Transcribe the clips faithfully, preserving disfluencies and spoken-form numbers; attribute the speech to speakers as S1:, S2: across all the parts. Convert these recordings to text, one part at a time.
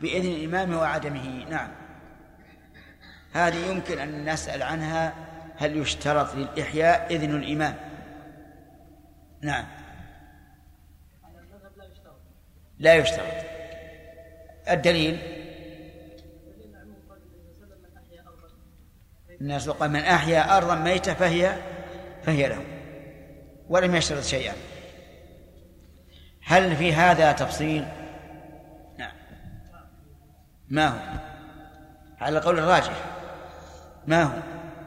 S1: بإذن الإمام وعدمه. نعم، هذه يمكن أن نسأل عنها، هل يشترط للإحياء إذن الإمام؟ نعم، لا يشترط. الدليل الناس قال من أحيا أرضا ميتة فهي فهي له، ولم يشترط شيئا. هل في هذا تفصيل؟ نعم. ما هو على القول الراجح؟ ما هو؟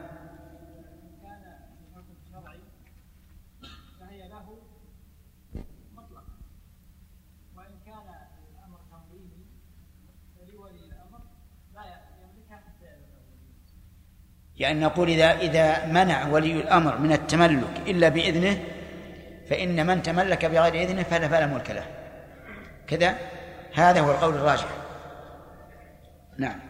S1: يعني نقول إذا إذا منع ولي الأمر من التملك إلا بإذنه فإن من تملك بغير إذنه فلا فلا ملك له، كذا. هذا هو القول الراجح. نعم.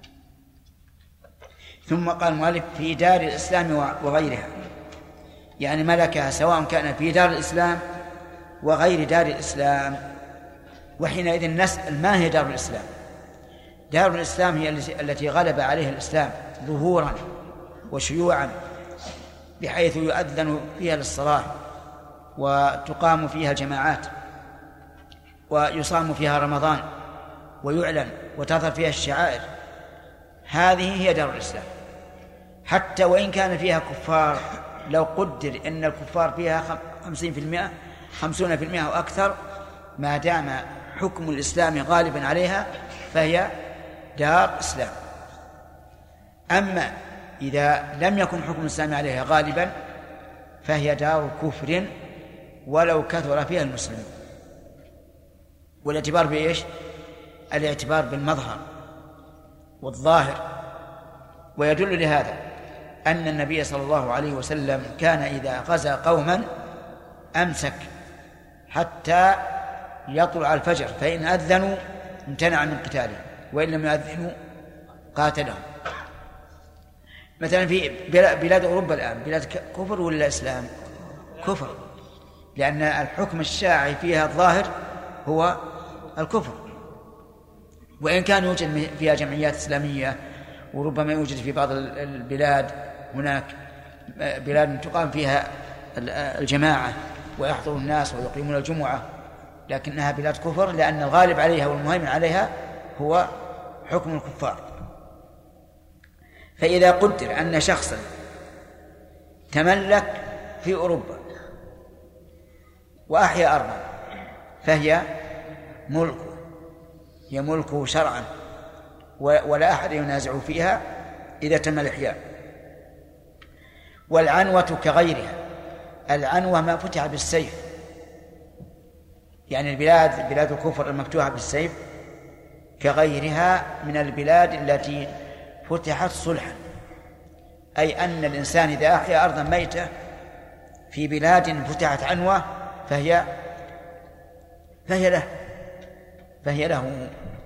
S1: ثم قال المؤلف في دار الإسلام وغيرها، يعني ملكها سواء كان في دار الإسلام وغير دار الإسلام. وحينئذ نسأل ما هي دار الإسلام؟ دار الإسلام هي التي غلب عليها الإسلام ظهورا وشيوعا، بحيث يؤذن فيها للصلاة وتقام فيها الجماعات ويصام فيها رمضان ويعلن وتظهر فيها الشعائر. هذه هي دار الإسلام. حتى وإن كان فيها كفار، لو قدر أن الكفار فيها خمسين في المئة خمسون في المئة أو أكثر، ما دام حكم الإسلام غالبا عليها فهي دار إسلام. أما إذا لم يكن حكم الإسلام عليها غالبا فهي دار كفر ولو كثر فيها المسلمين. والاعتبار بإيش؟ الاعتبار بالمظهر والظاهر. ويدل لهذا أن النبي صلى الله عليه وسلم كان إذا غزا قوما أمسك حتى يطلع الفجر، فإن أذنوا امتنع من قتاله، وإن لم يأذنوا قاتلهم. مثلا في بلاد أوروبا الآن بلاد كفر ولا إسلام؟ كفر، لأن الحكم الشاعي فيها الظاهر هو الكفر، وإن كان يوجد فيها جمعيات إسلامية، وربما يوجد في بعض البلاد هناك بلاد تقام فيها الجماعة ويحضر الناس ويقيمون الجمعة، لكنها بلاد كفر لأن الغالب عليها والمهيمن عليها هو حكم الكفار. فإذا قدر أن شخصا تملك في أوروبا وأحيا أرضا فهي ملكه، هي ملكه شرعا، ولا أحد ينازع فيها إذا تم الإحياء. والعنوة كغيرها، العنوة ما فتح بالسيف، يعني البلاد بلاد الكفر المفتوحة بالسيف كغيرها من البلاد التي فتحت صلحا، أي أن الإنسان إذا أحيا أرضا ميتة في بلاد فتحت عنوة فهي فهي له فهي له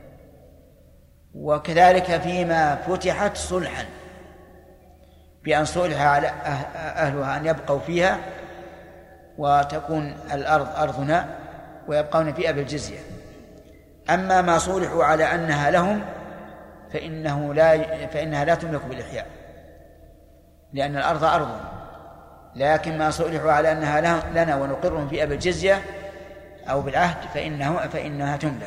S1: وكذلك فيما فتحت صلحا، بأن صلح على أهلها أن يبقوا فيها وتكون الأرض أرضنا ويبقون فيها بالجزية. أما ما صلحوا على أنها لهم فإنه لا فإنها لا تملك بالإحياء، لأن الأرض أرض، لكن ما صلحوا على أنها لنا ونقرهم فيها بالجزية أو بالعهد فإنه فإنها تملك.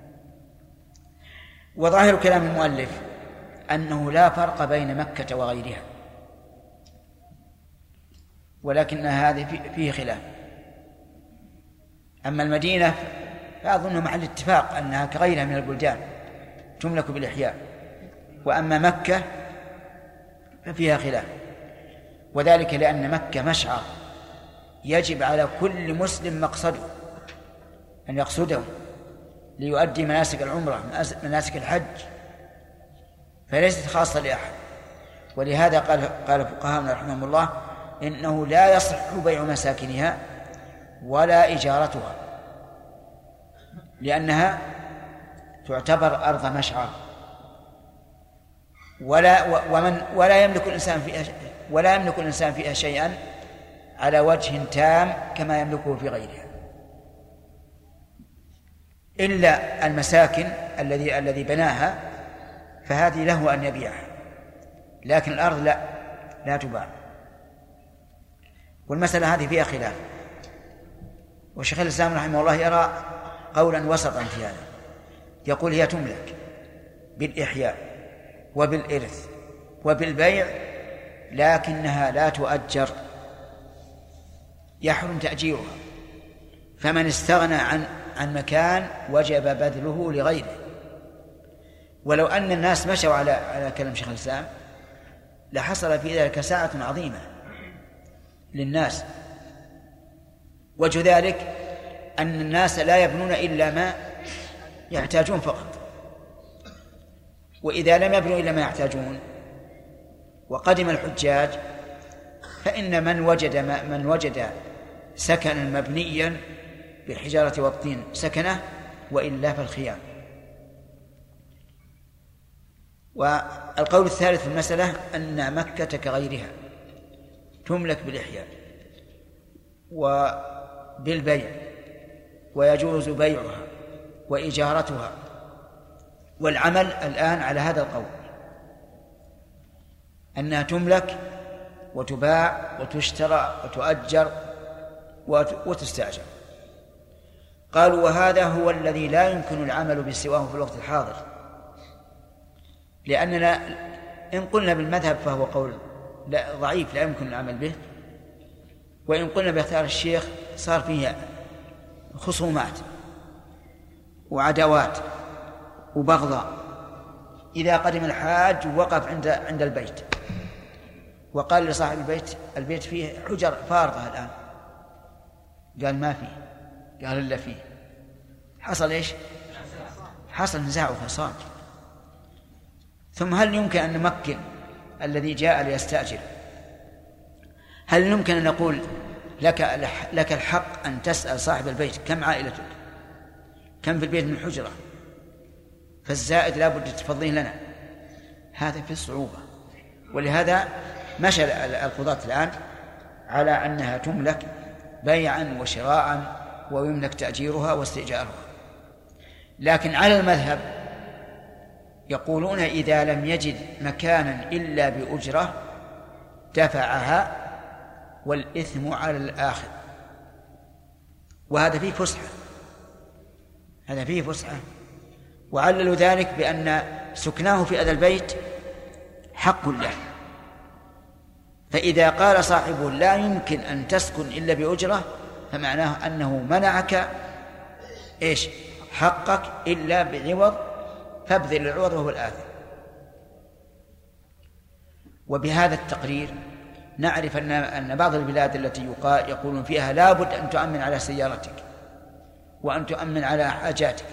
S1: وظاهر كلام المؤلف أنه لا فرق بين مكة وغيرها، ولكن هذه فيه خلاف. أما المدينة فأظن محل اتفاق أنها كغيرها من البلدان تملك بالإحياء، وأما مكة ففيها خلاف، وذلك لأن مكة مشعر يجب على كل مسلم مقصده أن يقصده ليؤدي مناسك العمرة مناسك الحج، فليست خاصة لأحد. ولهذا قال قال فقهاؤنا رحمهم الله إنه لا يصح بيع مساكنها ولا إجارتها، لأنها تعتبر أرض مشعر، ولا ومن ولا يملك الإنسان فيها ولا يملك الإنسان فيها شيئا على وجه تام كما يملكه في غيرها، إلا المساكن الذي الذي بناها فهذه له أن يبيعها، لكن الأرض لا لا تباع. والمسألة هذه فيها خلاف، والشيخ الإسلام رحمه الله يرى قولا وسطا في هذا، يقول هي تملك بالإحياء وبالإرث وبالبيع، لكنها لا تؤجر، يحرم تأجيرها. فمن استغنى عن عن مكان وجب بذله لغيره. ولو أن الناس مشوا على على كلام شيخ الإسلام لحصل في ذلك ساعة عظيمة للناس. وجه ذلك أن الناس لا يبنون إلا ما يحتاجون فقط، وإذا لم يبنوا إلا ما يحتاجون وقدم الحجاج فإن من وجد من وجد سكنا مبنيا بالحجارة والطين سكنه، وإلا فالخيام. والقول الثالث في المسألة أن مكة كغيرها تملك بالإحياء وبالبيع، ويجوز بيعها وإجارتها، والعمل الآن على هذا القول أنها تملك وتباع وتشترى وتؤجر وتستأجر. قالوا وهذا هو الذي لا يمكن العمل بسواه في الوقت الحاضر، لأننا إن قلنا بالمذهب فهو قول لا ضعيف لا يمكن العمل به، وإن قلنا باختيار الشيخ صار فيه خصومات وعداوات وبغضاء. إذا قدم الحاج ووقف عند عند البيت وقال لصاحب البيت البيت فيه حجر فارغة الآن، قال ما فيه، قال إلا فيه، حصل إيش؟ حصل نزاع وفصال. ثم هل يمكن أن نمكن الذي جاء ليستأجر؟ هل يمكن أن نقول لك لك الحق أن تسأل صاحب البيت كم عائلتك، كم في البيت من حجرة، فالزائد لا بد تفضيه لنا؟ هذا في صعوبة. ولهذا مشى القضاة الآن على أنها تملك بيعا وشراء ويملك تأجيرها واستئجارها. لكن على المذهب يقولون إذا لم يجد مكانا إلا بأجرة دفعها والإثم على الآخر، وهذا فيه فسحة، هذا فيه فسحة. وعللوا ذلك بأن سكناه في هذا البيت حق له، فإذا قال صاحبه لا يمكن أن تسكن إلا بأجرة فمعناه أنه منعك إيش حقك إلا بعوض، فابذل العوض وهو الآثم. وبهذا التقرير نعرف أن أن بعض البلاد التي يقولون فيها لابد أن تؤمن على سيارتك وأن تؤمن على حاجاتك،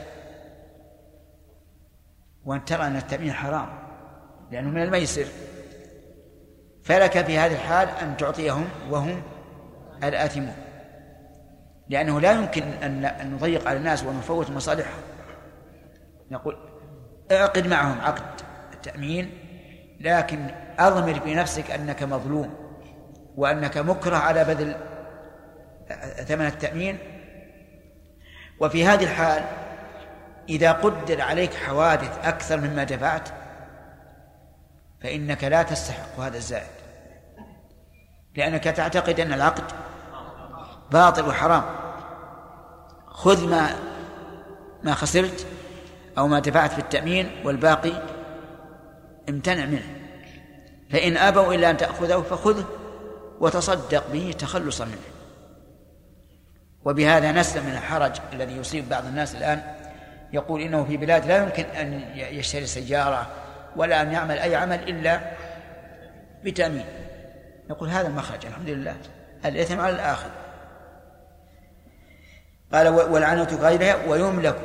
S1: وأن ترى أن التأمين حرام لأنه من الميسر، فلك في هذه الحال أن تعطيهم وهم الآثمون، لأنه لا يمكن أن نضيق على الناس ونفوت مصالحهم. نقول اعقد معهم عقد التأمين، لكن أضمر في نفسك أنك مظلوم وأنك مكره على بذل ثمن التأمين. وفي هذه الحال إذا قدر عليك حوادث أكثر مما دفعت فإنك لا تستحق هذا الزائد، لأنك تعتقد أن العقد باطل وحرام. خذ ما ما خسرت أو ما دفعت في التأمين والباقي امتنع منه، فإن أبوا إلا أن تأخذه فخذه وتصدق به تخلصا منه. وبهذا نسلم من الحرج الذي يصيب بعض الناس الآن، يقول إنه في بلاد لا يمكن أن يشتري سيارة ولا أن يعمل أي عمل إلا بتأمين. نقول هذا المخرج الحمد لله، الإثم على الآخر. قال والعنة غيرها ويملك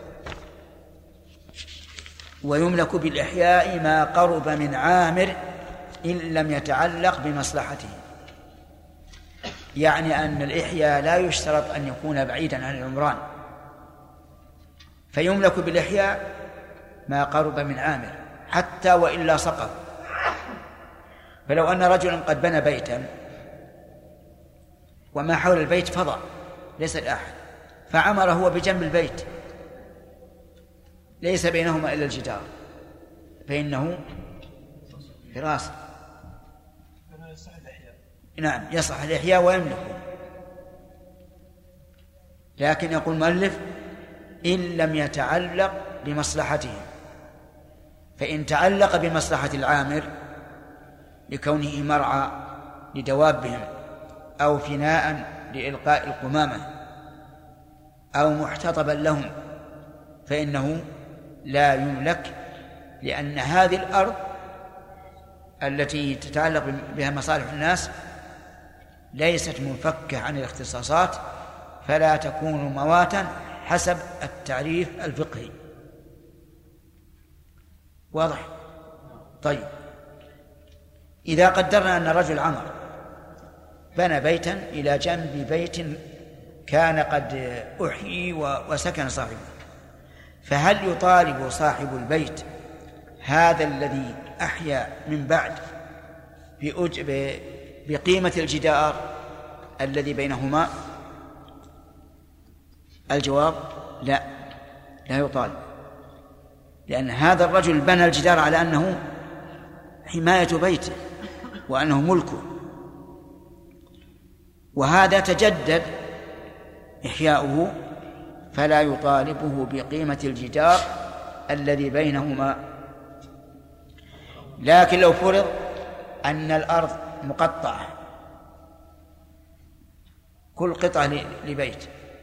S1: ويملك بالإحياء ما قرب من عامر إن لم يتعلق بمصلحته، يعني أن الإحياء لا يشترط أن يكون بعيدا عن العمران، فيملك بالإحياء ما قرب من عامر حتى وإلا سقط. فلو أن رجلا قد بنى بيتا وما حول البيت فضاء ليس لأحد، فعمر هو بجنب البيت ليس بينهما إلا الجدار فإنه فراس. نعم يصح الإحياء ويملكه، لكن يقول المؤلف إن لم يتعلق بمصلحتهم، فإن تعلق بمصلحة العامر لكونه مرعى لدوابهم أو فناء لإلقاء القمامة أو محتطبا لهم فإنه لا يملك، لأن هذه الأرض التي تتعلق بها مصالح الناس ليست منفكة عن الاختصاصات، فلا تكون مواتا حسب التعريف الفقهي. واضح؟ طيب، إذا قدرنا أن رجل عمر بنى بيتا إلى جنب بيت كان قد أحيي وسكن صاحبه، فهل يطالب صاحب البيت هذا الذي أحيا من بعد بقيمة الجدار الذي بينهما؟ الجواب لا، لا يطالب، لأن هذا الرجل بنى الجدار على أنه حماية بيته وأنه ملكه، وهذا تجدد إحياؤه فلا يطالبه بقيمة الجدار الذي بينهما. لكن لو فرض أن الأرض مقطعة كل قطعة لبيت،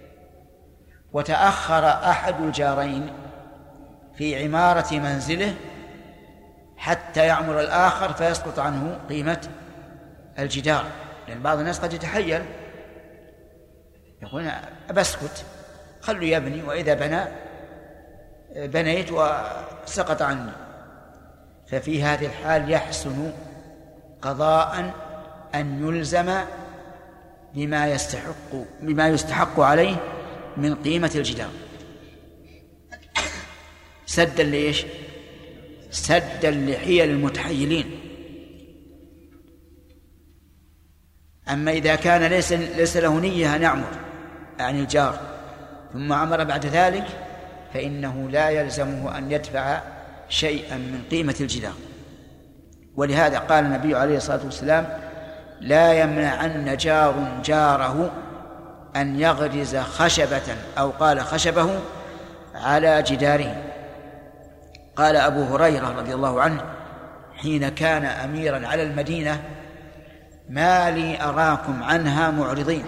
S1: وتأخر أحد الجارين في عمارة منزله حتى يعمر الآخر فيسقط عنه قيمة الجدار، لأن بعض الناس قد يتحيل يقول أبسكت خلوا يبني، وإذا بنى بنيت وسقط عني. ففي هذه الحال يحسن قضاء أن يلزم بما يستحق بما يستحق عليه من قيمة الجدار، سدا ليش؟ سدا لحيل المتحيلين. أما إذا كان ليس ليس له نية أن يعمر عن الجار ثم عمر بعد ذلك فإنه لا يلزمه أن يدفع شيئا من قيمة الجدار. ولهذا قال النبي عليه الصلاة والسلام لا يمنعن جار جاره أن يغرز خشبة أو قال خشبه على جداره. قال أبو هريرة رضي الله عنه حين كان أميرا على المدينة ما لي أراكم عنها معرضين،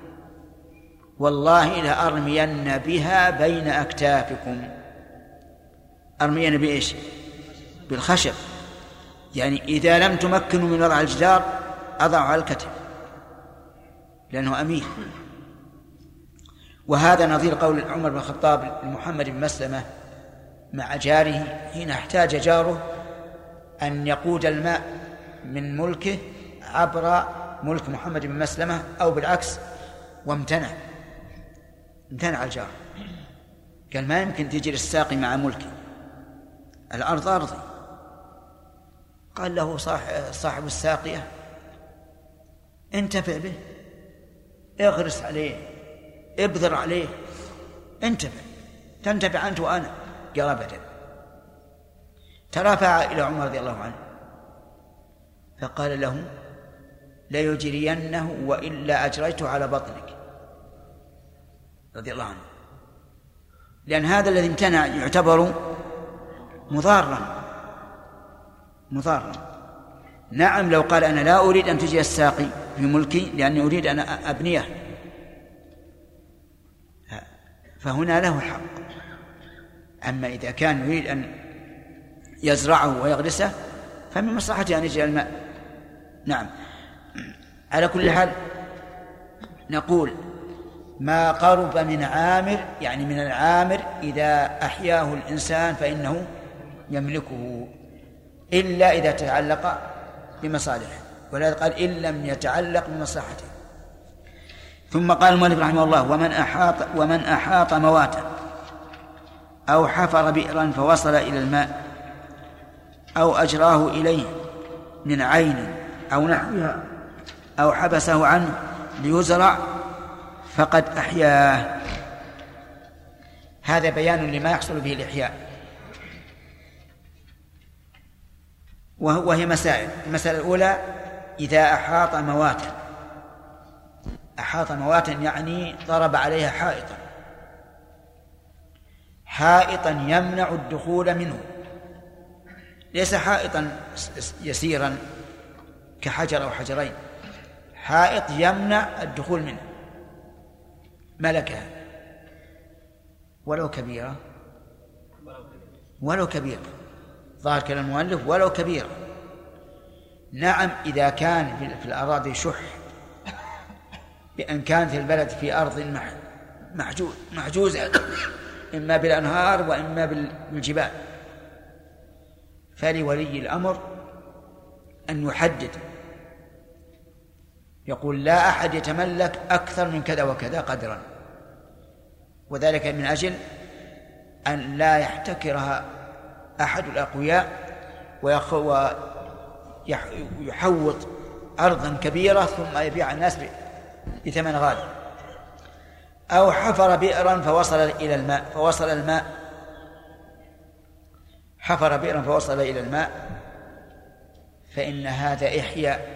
S1: والله لأرمين بها بين أكتافكم. أرمين بإيش؟ بالخشب، يعني إذا لم تمكنوا من وضع الجدار أضعوا على الكتف لأنه أمير. وهذا نظير قول عمر بن الخطاب لمحمد بن مسلمة مع جاره حين احتاج جاره أن يقود الماء من ملكه عبر ملك محمد بن مسلمة أو بالعكس، وامتنع امتنع الجار، قال ما يمكن تجري الساقي مع ملكي، الأرض أرضي. قال له صاحب الساقية انتفع به، اغرس عليه، ابذر عليه، انتفع، تنتفع أنت وأنا. قال أبدا. ترافع إلى عمر رضي الله عنه فقال له ليجرينه وإلا أجريته على بطنك رضي الله عنه، لأن هذا الذي امتنع يعتبر مضارا مضارا. نعم لو قال أنا لا أريد أن تجري الساقي في ملكي لأني أريد أن أبنيه فهنا له حق. أما إذا كان يريد أن يزرعه ويغرسه فمن مصلحته أن يجري الماء. نعم. على كل حال نقول ما قرب من عامر يعني من العامر إذا أحياه الإنسان فإنه يملكه إلا إذا تعلق بمصالحه، ولذلك قال إن لم يتعلق بمصلحته. ثم قال المؤلف رحمه الله ومن أحاط ومن أحاط مواتا أو حفر بئرا فوصل إلى الماء أو أجراه إليه من عين أو نحوها أو حبسه عنه ليزرع فقد أحياه. هذا بيان لما يحصل به الإحياء. وهي مسائل. المسألة الأولى: إذا أحاط مواتا، أحاط مواتا يعني ضرب عليها حائطا، حائطا يمنع الدخول منه، ليس حائطا يسيرا كحجر أو حجرين، حائط يمنع الدخول منه، ملكها ولو كبيرة، ولو كبيرة، ظاهر كلام المؤلف ولو كبيرة. نعم، إذا كان في الأراضي شح، بأن كانت البلد في أرض محجوزة إما بالأنهار وإما بالجبال، فلولي الأمر أن يحدد، يقول: لا أحد يتملك أكثر من كذا وكذا قدرا، وذلك من أجل أن لا يحتكرها أحد الأقوياء ويحوط أرضا كبيرة ثم يبيع الناس بثمن غالي. أو حفر بئرا فوصل إلى الماء فوصل الماء حفر بئرا فوصل إلى الماء فإن هذا إحياء.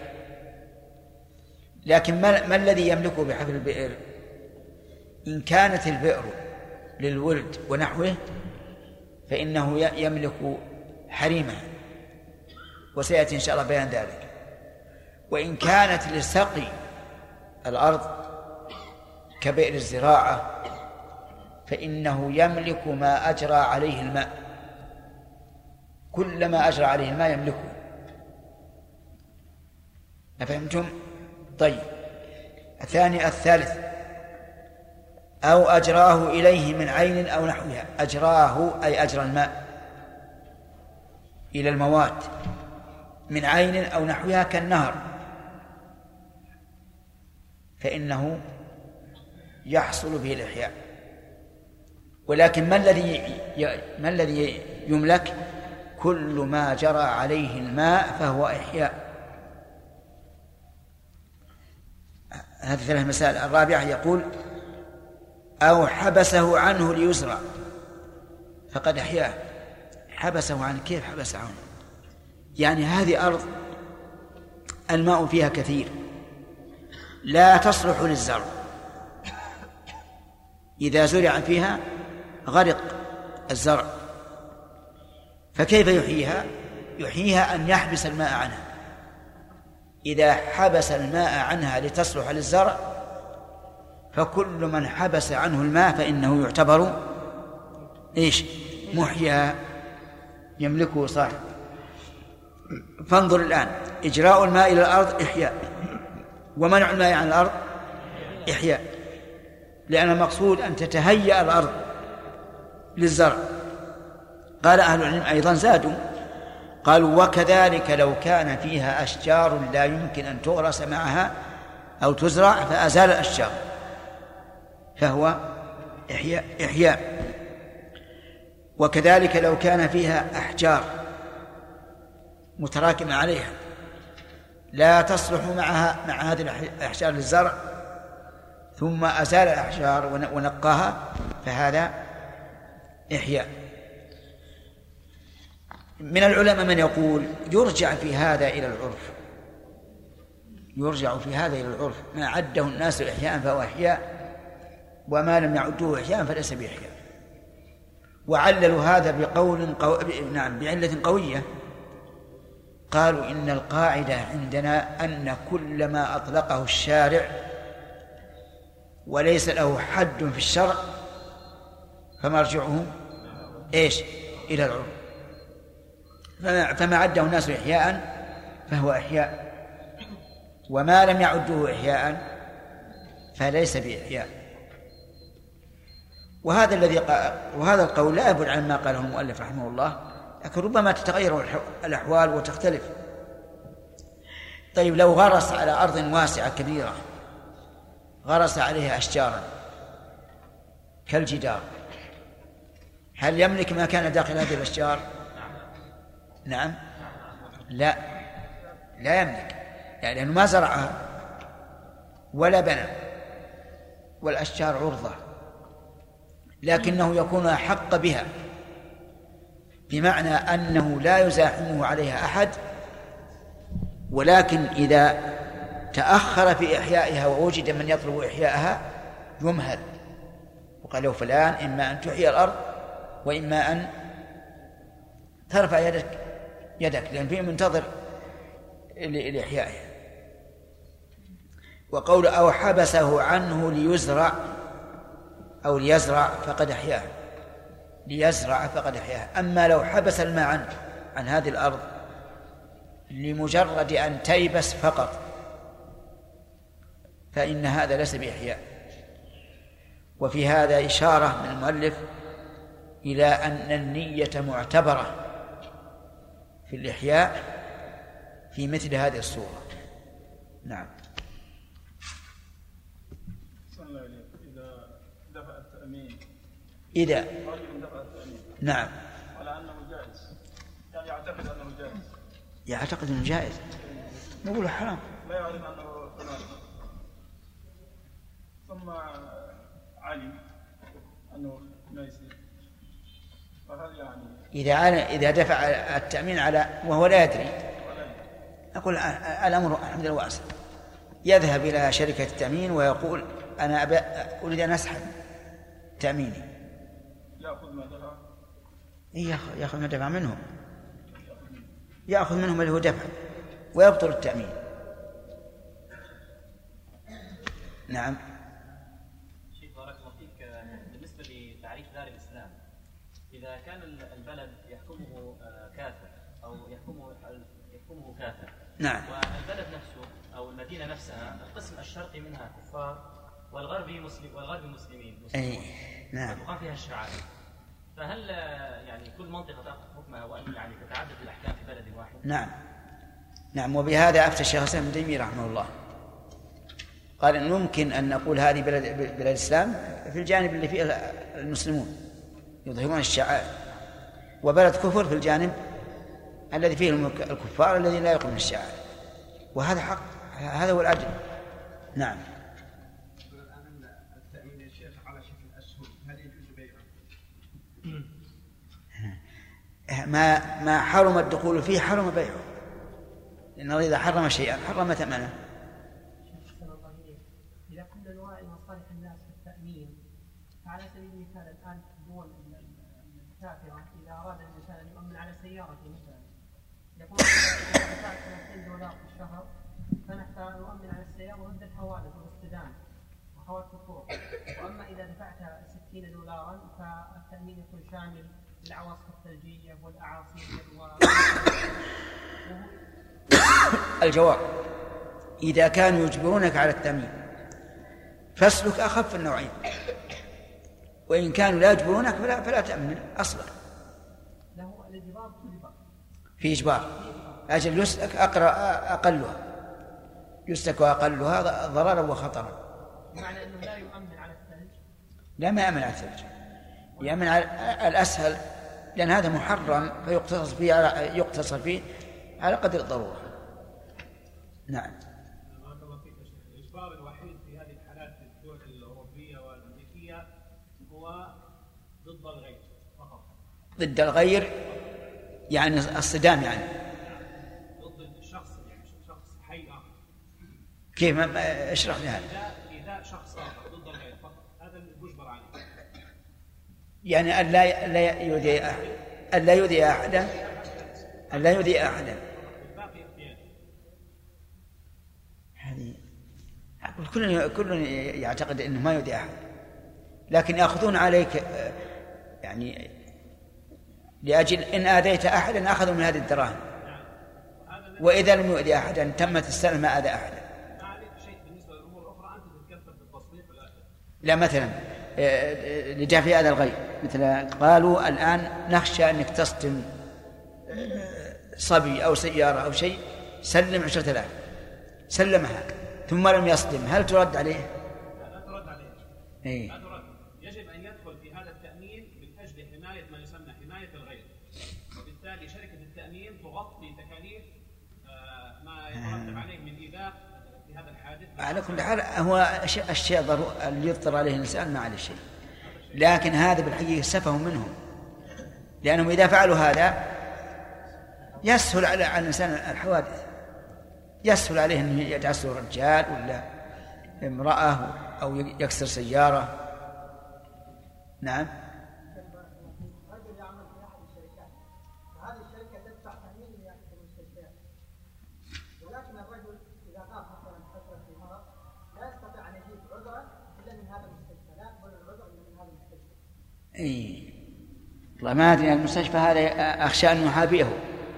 S1: لكن ما, ما الذي يملكه بحفر البئر؟ إن كانت البئر للولد ونحوه فإنه يملك حريمها، وسيأتي إن شاء الله بيان ذلك. وإن كانت لسقي الأرض كبئر الزراعة فإنه يملك ما أجرى عليه الماء، كل ما أجرى عليه الماء يملكه. أفهمتم؟ طيب. الثاني الثالث: أو أجراه إليه من عين أو نحوها. أجراه أي أجرى الماء إلى المواد من عين أو نحوها كالنهر، فإنه يحصل به الإحياء. ولكن ما الذي ما الذي يملك؟ كل ما جرى عليه الماء فهو إحياء. هذه ثلاث مسائل. الرابعة يقول: أو حبسه عنه ليزرع فقد أحياه. حبسه عنه، كيف حبس عنه؟ يعني هذه أرض الماء فيها كثير لا تصلح للزرع، إذا زرع فيها غرق الزرع، فكيف يحييها؟ يحييها أن يحبس الماء عنها. إذا حبس الماء عنها لتصلح للزرع فكل من حبس عنه الماء فإنه يعتبر إيش؟ محيا، يملكه صاحب. فانظر الآن: إجراء الماء إلى الأرض إحياء، ومنع الماء عن الأرض إحياء، لأن المقصود أن تتهيأ الأرض للزرع. قال أهل العلم أيضا زادوا قالوا: وكذلك لو كان فيها أشجار لا يمكن أن تغرس معها أو تزرع فأزال الأشجار فهو إحياء, إحياء. وكذلك لو كان فيها أحجار متراكمة عليها لا تصلح معها مع هذه الأحجار للزرع ثم أزال الأحجار ونقاها فهذا إحياء. من العلماء من يقول يرجع في هذا إلى العرف، يرجع في هذا إلى العرف، ما عده الناس إحياء فهو إحياء، وما لم يعدوه إحياء فليس بإحياء. وعللوا هذا بقول قو... نعم بعلة قوية. قالوا: إن القاعدة عندنا أن كل ما أطلقه الشارع وليس له حد في الشرع فمرجعه إيش؟ إلى العرف. فما عده الناس إحياء فهو إحياء، وما لم يعدوه إحياء فليس بإحياء. وهذا الذي وهذا القول لا يبعد عن ما قاله المؤلف رحمه الله، لكن ربما تتغير الأحوال وتختلف. طيب، لو غرس على أرض واسعة كبيرة، غرس عليها أشجارا كالجدار، هل يملك ما كان داخل هذه الأشجار؟ نعم، لا لا يملك، يعني لأنه ما زرعها ولا بنى، والأشجار عرضة، لكنه يكون أحق بها، بمعنى أنه لا يزاحمه عليها أحد ولكن إذا تأخر في إحيائها ووجد من يطلب إحياءها يمهل، وقال له فلان إما أن تحيي الأرض وإما أن ترفع يدك يدك لأن فيه منتظر لإحيائها. وقول أو حبسه عنه ليزرع أو ليزرع فقد أحياه، ليزرع فقد أحياه. أما لو حبس الماء عن, عن هذه الأرض لمجرد أن تيبس فقط فإن هذا ليس بإحياء. وفي هذا إشارة من المؤلف إلى أن النية معتبرة في الإحياء في مثل هذه الصورة. نعم.
S2: إذا دفع التأمين
S1: إذا
S2: رجل دفع التأمين
S1: نعم
S2: على أنه جائز، يعني يعتقد أنه جائز،
S1: يعتقد أنه جائز، نقول حرام،
S2: لا يعلم أنه ثمانية، ثم علم أنه ما يصير، فهل يعني
S1: إذا إذا دفع التأمين على وهو لا يدري، أقول الأمر الحمد لله واسع، يذهب إلى شركة التأمين ويقول أنا أريد أن أسحب تأميني،
S2: يأخذ ما دفع،
S1: يأخذ ما دفع منهم، يأخذ منهم اللي هو دفع ويبطل التأمين. نعم.
S3: شيخ بارك الله فيك، بالنسبة لتعريف دار الإسلام، إذا كان البلد يحكمه كافر أو يحكمه يحكمه كافر،
S1: نعم،
S3: والبلد نفسه أو المدينة نفسها القسم الشرقي منها كفار والغربي مسلم والغربي مسلمين مسلمون،
S1: أي نعم،
S3: وتقام فيها الشعائر، فهل يعني كل منطقة تأخذ حكمها وأن يعني تتعدد الأحكام في بلد واحد؟
S1: نعم نعم. وبهذا أفتى الشيخ الإسلام ابن تيمية رحمه الله، قال إن ممكن أن نقول هذه بلد بلاد الإسلام في الجانب اللي فيه المسلمون يظهرون الشعائر، وبلد كفر في الجانب الذي فيه الكفار الذين لا يقومون الشعائر، وهذا حق، هذا هو العدل. نعم.
S2: التأمين يا شيخ على شكل أسهم، هل يجوز بيعه؟
S1: ما ما حرم الدخول فيه حرم بيعه، لأنه إذا حرم شيئا حرم ثمنه.
S4: إذا كنا نراعي مصالح الناس في التأمين، فعلى سبيل المثال الآن الدول الكافرة إذا أراد الإنسان أن يؤمن على سيارته مثلا يقول دفعت خمسين دولار في الشهر فنحن نؤمن على السيارة ضد الحوادث والاصطدام وحوادث الطرق، وأما إذا دفعت ستين دولارا فالتأمين يكون شامل للعواصف الثلجية والأعاصير و...
S1: الجواب إذا كانوا يجبرونك على التأمين فاسلك أخف النوعين، وإن كانوا لا يجبرونك فلا, فلا تأمن أصلا. في إجبار أجل يسلك أقرأ أقلها، يسلك أقلها ضررا وخطرا.
S4: معنى أنه لا يؤمن على الثلج؟
S1: لا، ما يأمن على الثلج، يأمن على الأسهل، لأن هذا محرم فيقتصر فيه على يقتصر فيه على قدر الضرورة. نعم.
S2: الإجبار الوحيد في هذه الحالات في الدول الأوروبية والأمريكية هو ضد الغير فقط.
S1: ضد الغير يعني الصدام، يعني
S2: ضد الشخص، يعني شخص حي آخر.
S1: كيف؟ ما اشرح لي هذا.
S2: إذا شخص آخر ضد الغير فقط، هذا المجبر عليه.
S1: يعني أن لا لا يؤذي أحد، أن لا يؤذي أحدا، أن لا يؤذي أحدا. هذه كل كل يعتقد أنه ما يؤذي أحد، لكن يأخذون عليك يعني لأجل إن آذيت أحدا أخذوا من هذه الدراهم، وإذا لم يؤذي أحدا تمت السنة ما آذى أحدا. لا، مثلا لجاء في هذا الغير، مثل قالوا الآن نخشى أنك تصدم صبي أو سيارة أو شيء، سلم عشرة آلاف، سلمها ثم لم يصدم، هل ترد عليه؟
S2: لا ترد عليه.
S1: إيه؟
S2: لا ترد. يجب أن يدخل في هذا التأمين من أجل حماية ما يسمى حماية الغير، وبالتالي شركة التأمين تغطي تكاليف ما يترتب عليه من إيذاء في هذا الحادث.
S1: على كل حال هو الشيء اللي يضطر عليه الإنسان ما عليه شيء، لكن هذا بالحقيقة سفه منهم، لأنهم إذا فعلوا هذا يسهل على الإنسان الحوادث. يسهل عليه أن يتعسر رجال ولا امرأة أو يكسر سيارة. نعم.
S4: رجل يعمل في أحد الشركات، فهذه الشركة تدفع تأمين لأحد المستشفيات، ولكن الرجل إذا غاب مثلا فترة في مرض لا يستطيع أن يجيب عذرا إلا من هذا المستشفى، لا يقبل العذر إلا من هذا المستشفى.
S1: إيه والله ما أدري المستشفى هذا أخشى أن يحابيه،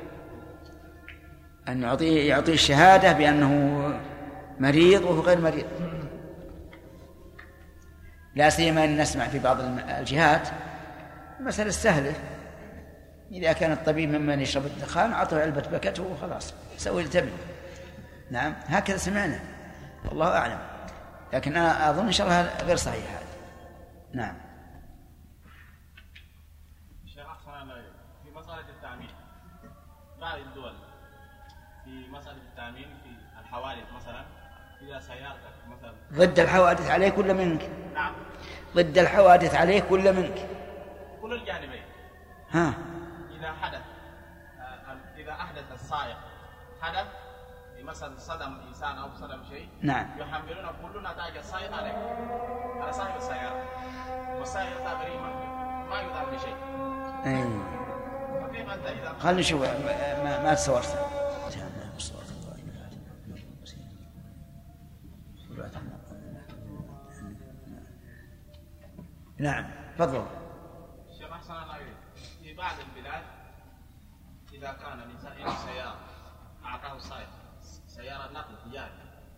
S1: أن يعطيه يعطيه الشهادة بأنه مريض وهو غير مريض. لا سيما أن نسمع في بعض الجهات مسألة سهلة، إذا كان الطبيب ممن يشرب الدخان أعطه علبة بكته وخلاص سوي التبن. نعم هكذا سمعنا، والله أعلم، لكن أنا أظن إن شاء الله غير صحيح هذا. نعم.
S2: شيخ أحسن في مسألة التأمين، بعض الدول في مسألة التأمين في الحوادث مثلا، إذا سيارتك مثلا
S1: ضد الحوادث عليك ولا منك؟
S2: نعم
S1: ضد الحوادث عليك ولا منك؟
S2: كل الجانبين.
S1: ها.
S2: إذا حدث إذا أحدث السائق حدث مثلا صدم إنسان أو صدم شيء،
S1: نعم،
S2: يحملون كل نتائج السائق عليه، على صاحب السيارة، والسائق بريء ما يدار بشيء.
S1: أي.
S2: فكيف أنت إذا
S1: خلنا نشوف ما, ما تصورت. نعم تفضل.
S2: الشيخ أحسن الله إليك، في بعض البلاد إذا كان الإنسان عنده سيارة أعطاه السائق سيارة نقل تجاري،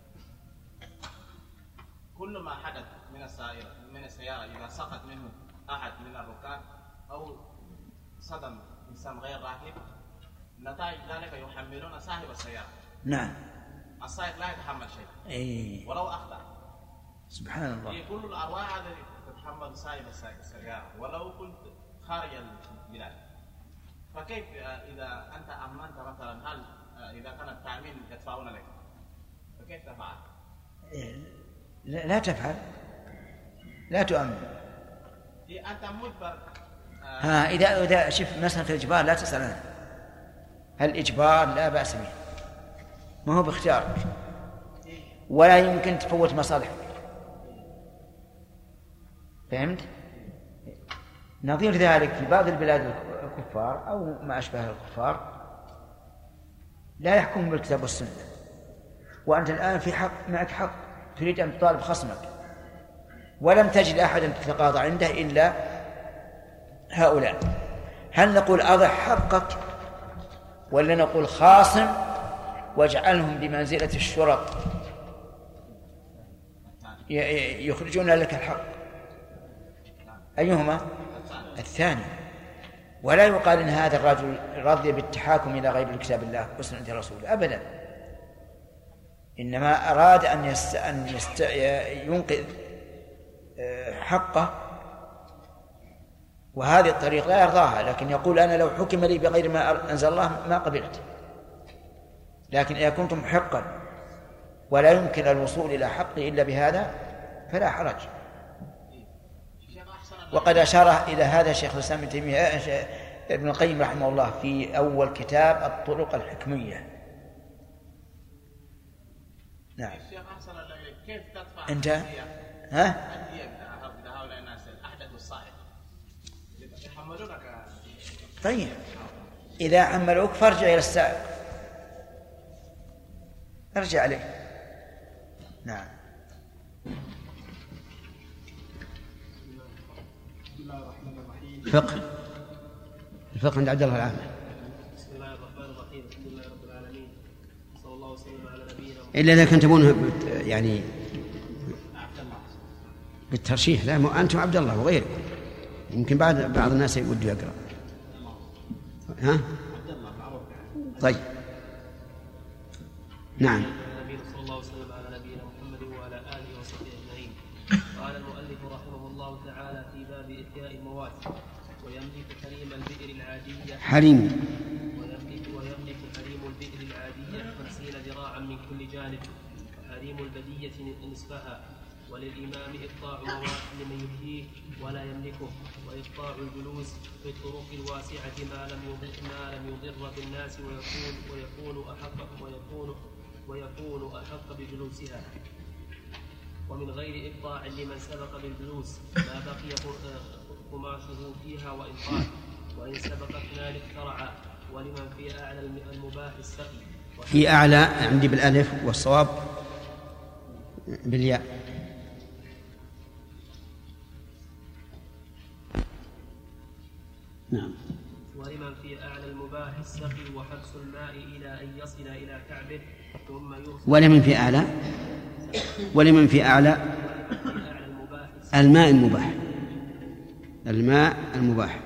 S2: كل ما حدث من السيارة من السيارة إذا سقط منه أحد من الركاب أو صدم إنسان غير راكب، نتائج ذلك يحملون صاحب السيارة.
S1: نعم.
S2: السائق لا يتحمل شيء.
S1: إيه.
S2: ولو أخطأ.
S1: سبحان الله.
S2: في كل الأرواح هذه تتحمل صاحب السيارة ولو كنت خارج البلاد. فكيف إذا أنت أمنت مثلا، هل إذا كان التأمين يدفعون لك فكيف تفعل؟
S1: لا, لا تفعل، لا تؤمن.
S2: أنت مجبر.
S1: ها إذا إذا شوف مثلا في الإجبار لا تسأل عنه، الإجبار لا بأس به، ما هو باختيارك ولا يمكن تفوت مصالحك. فهمت؟ نظير ذلك في بعض البلاد الكفار أو ما أشبه الكفار لا يحكم بالكتاب والسنة، وأنت الآن في حق، معك حق، تريد أن تطالب خصمك ولم تجد أحدا تتقاضى عنده إلا هؤلاء. هل نقول أضع حقك ولا نقول خاصم واجعلهم بمنزلة الشرط يخرجون لك الحق؟ أيهما؟ الثاني. ولا يقال إن هذا الرجل رضي بالتحاكم إلى غير كتاب الله وسنة رسوله أبدا، إنما أراد أن, يست... أن يست... ينقذ حقه، وهذه الطريق لا يرضاها، لكن يقول أنا لو حكم لي بغير ما أنزل الله ما قبلت، لكن إذا كنت محقا ولا يمكن الوصول إلى حقي إلا بهذا فلا حرج. وقد أشار إلى هذا شيخ الإسلام ابن تيمية ابن القيم رحمه الله في أول كتاب الطرق الحكمية. نعم.
S2: كيف تدفع
S1: أنت ها؟
S2: هؤلاء الناس أحدثوا الصائغ يحملونك؟
S1: طيب إذا حملوك فارجع إلى السائق، ارجع عليه. نعم. الفقه الفقه عند عبد الله العامة.
S3: بسم الله الرحمن الرحيم، الحمد لله رب العالمين، صلى الله وسلم على نبينا محمد.
S1: إلا إذا كنت تبونه يعني بالترشيح. لا، مو أنتم عبد الله وغيره، يمكن بعض بعض الناس يود يقرأ. ها؟ طيب. نعم.
S3: النبي صلى الله وسلم على نبينا محمد وعلى آله وصحبه أجمعين. قال المؤلف رحمه الله تعالى في باب إحياء المواد: ويملك حريم البئر العادية
S1: حريم
S3: ويملك ويملك حريم البئر العادية خمسين ذراعا من كل جانب، وحريم البدية نصفها، وللإمام إقطاع مواد لمن يحييه ولا يملكه، وإقطاع الجلوس في الطرق الواسعة ما لم يضر ما لم يضر بالناس، ويكون ويكون أحق ويكون ويكون أحق بجلوسها، ومن غير إقطاع لمن سبق بالجلوس ما بقي قماشه فيها وإن طال، وإن سبق اثنان اقترعا، ولمن في أعلى المباح السقي.
S5: في أعلى عندي بالألف والصواب بالياء. نعم.
S3: ولمن في أعلى المباح السقي وحبس الماء إلى أن يصل إلى كعبه ثم يرسل.
S5: ولمن في أعلى ولمن في أعلى الماء المباح الماء المباح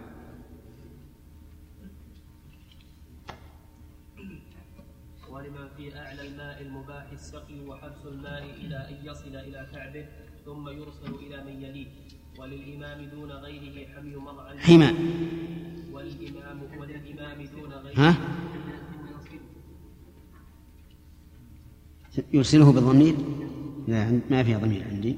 S3: ولمن في أعلى الماء المباح السقي وحبس الماء إلى أن يصل إلى كعبه ثم يرسل إلى من يليه. وللإمام دون غيره حمي مرعى
S5: حمى
S3: والإمام وللإمام دون غيره
S5: ها يرسله بالضمير؟ لا ما فيها ضمير عندي.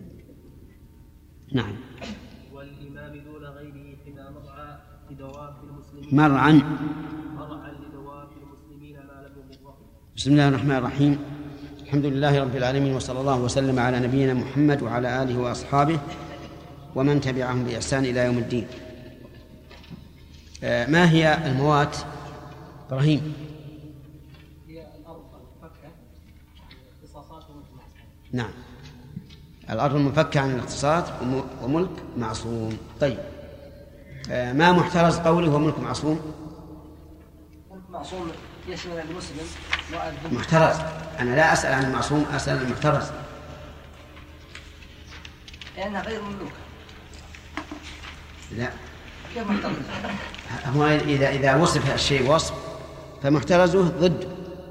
S5: نعم.
S3: والإمام دون غيره حمى مرعى لدواب المسلمين
S5: مرعا
S3: مرعى لدواب المسلمين ما لم يضره.
S5: بسم الله الرحمن الرحيم. الحمد لله رب العالمين، وصلى الله وسلم على نبينا محمد وعلى آله وأصحابه ومن تبعهم بإحسان إلى يوم الدين. ما هي الموات إبراهيم؟
S4: هي الأرض المفكة اختصاصات وملك معصوم.
S5: نعم، الأرض المفكة عن الاختصاص وملك معصوم. طيب، ما محترز قوله وملك معصوم؟
S4: ملك معصوم يشمل المسلم
S5: محترز. أنا لا أسأل عن المعصوم، أسأل عن المحترز
S4: لأنها غير مملوكة.
S5: لا،
S4: كيف محترز؟
S5: هو إذا إذا وصف الشيء وصف فمحترزه ضد.